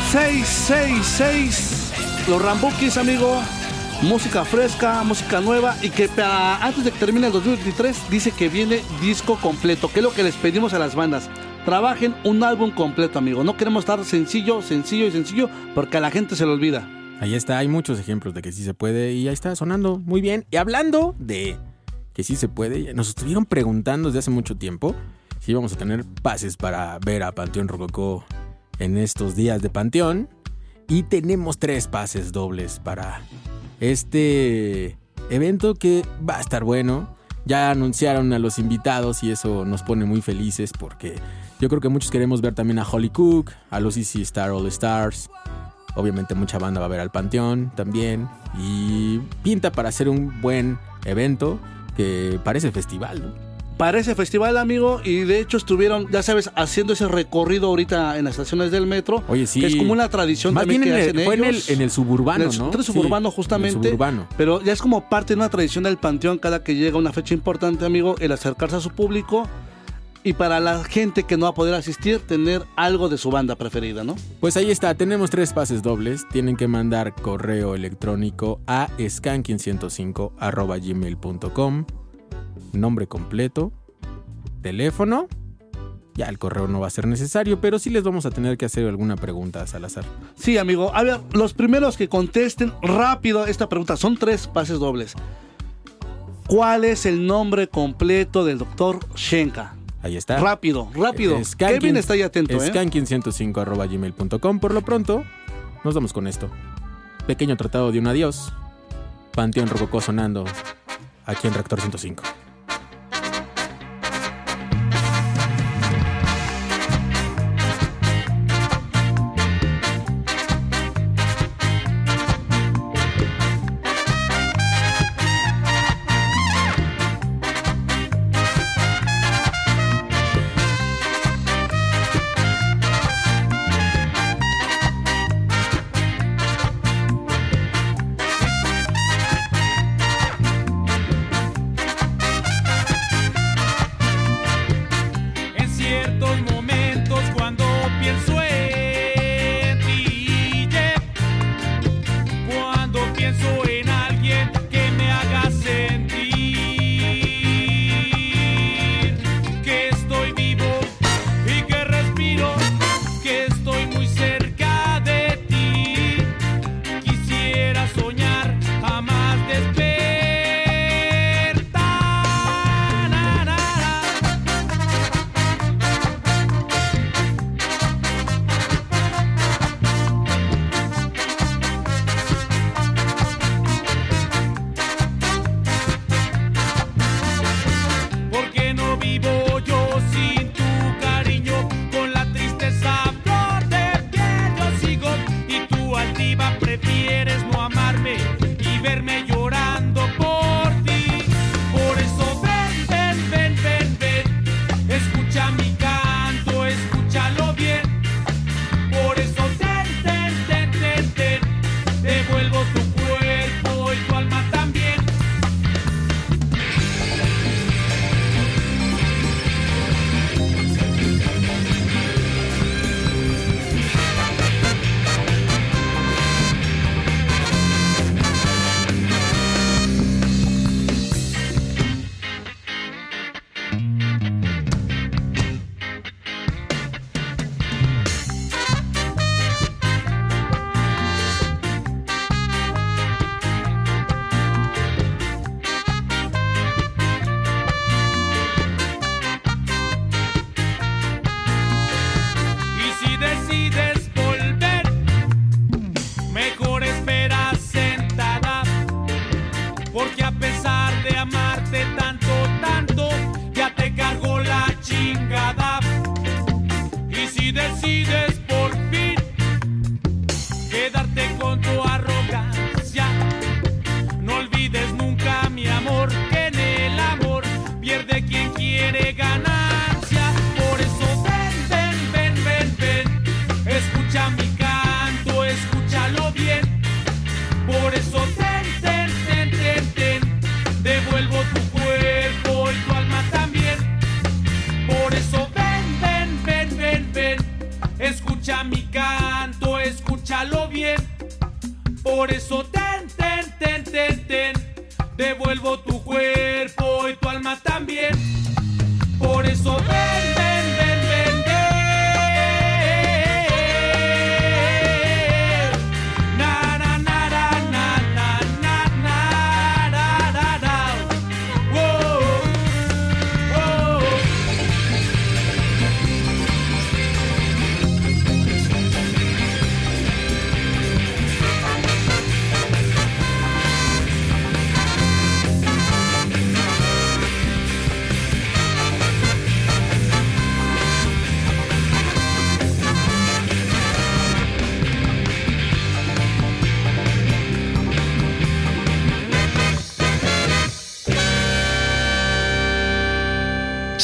seis seis seis. Los Rambukis, amigo. Música fresca, música nueva. Y que para, antes de que termine el dos mil veintitrés, dice que viene disco completo. Que es lo que les pedimos a las bandas. Trabajen un álbum completo, amigo. No queremos estar sencillo, sencillo y sencillo, porque a la gente se le olvida. Ahí está, hay muchos ejemplos de que sí se puede. Y ahí está, sonando muy bien. Y hablando de que sí se puede, nos estuvieron preguntando desde hace mucho tiempo si íbamos a tener pases para ver a Panteón Rococó en estos días de Panteón. Y tenemos tres pases dobles para este evento que va a estar bueno. Ya anunciaron a los invitados y eso nos pone muy felices porque yo creo que muchos queremos ver también a Holly Cook, a los Easy Star All Stars. Obviamente mucha banda va a ver al Panteón también. Y pinta para hacer un buen evento que parece festival, ¿no? Parece festival, amigo, y de hecho estuvieron, ya sabes, haciendo ese recorrido ahorita en las estaciones del metro. Oye, sí. Que es como una tradición Más también bien que en hacen el, fue en el, ellos. en el suburbano, En el, ¿no? en el suburbano, Sí, justamente. en el suburbano. Pero ya es como parte de una tradición del Panteón cada que llega una fecha importante, amigo, el acercarse a su público y para la gente que no va a poder asistir, tener algo de su banda preferida, ¿no? Pues ahí está, tenemos tres pases dobles. Tienen que mandar correo electrónico a skanking ciento cinco arroba gmail punto com. Nombre completo, teléfono. Ya el correo no va a ser necesario, pero sí les vamos a tener que hacer alguna pregunta a Salazar. Sí, amigo. A ver, los primeros que contesten rápido esta pregunta, son tres pases dobles. ¿Cuál es el nombre completo del doctor Shenka? Ahí está. Rápido, rápido. Eh, Skanking- Kevin está ahí atento, ¿eh? skanking ciento cinco arroba gmail punto com. Por lo pronto, nos vamos con esto. Pequeño tratado de un adiós. Panteón Rococó sonando aquí en Reactor ciento cinco. Thank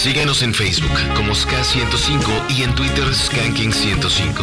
Síguenos en Facebook como Ska ciento cinco y en Twitter Skanking ciento cinco.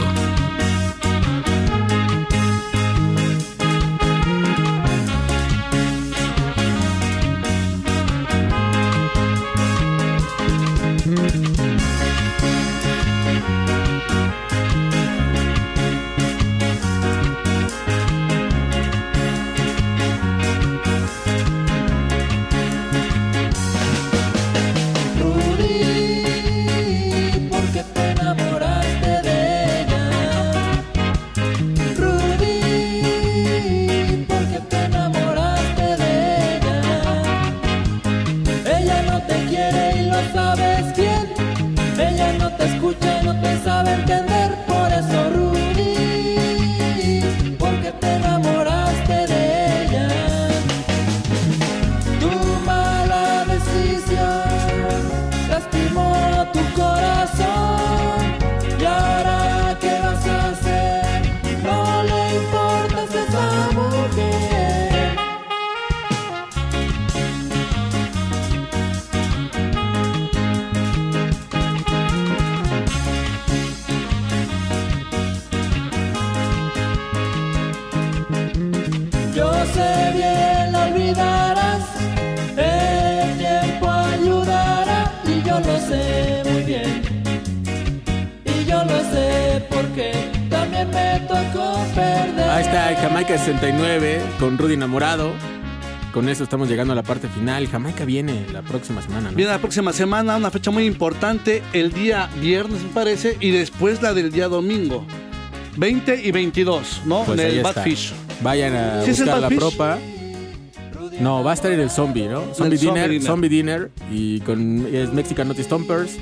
Ahí está Jamaica sesenta y nueve con Rudy Enamorado. Con eso estamos llegando a la parte final. Jamaica viene la próxima semana, ¿no? Viene la próxima semana, una fecha muy importante, el día viernes me parece, y después la del día domingo. veinte y veintidós, ¿no? Pues en ahí el está. Badfish. Vayan a ¿Sí es el buscar la Badfish? propa. No, va a estar en el Zombie, ¿no? Zombie, El Dinner, Zombie Dinner. Zombie Dinner. Y con es Mexican Naughty Stompers.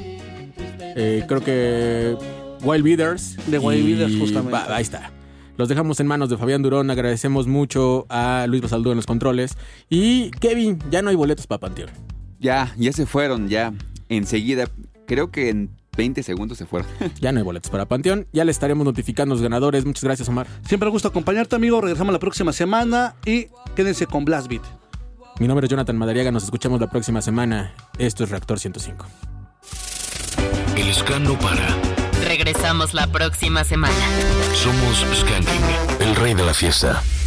Eh, creo que Wild Beaters. De Wild y Beaters, justamente. va, ahí está. Los dejamos en manos de Fabián Durón. Agradecemos mucho a Luis Basaldúa en los controles. Y Kevin, ya no hay boletos para Panteón. Ya, ya se fueron, ya. Enseguida, creo que en veinte segundos se fueron. Ya no hay boletos para Panteón. Ya le estaremos notificando a los ganadores. Muchas gracias, Omar. Siempre un gusto acompañarte, amigo. Regresamos la próxima semana y quédense con Blast Beat. Mi nombre es Jonathan Madariaga. Nos escuchamos la próxima semana. Esto es Reactor ciento cinco. El ska no para. Regresamos la próxima semana. Somos Skanking, el rey de la fiesta.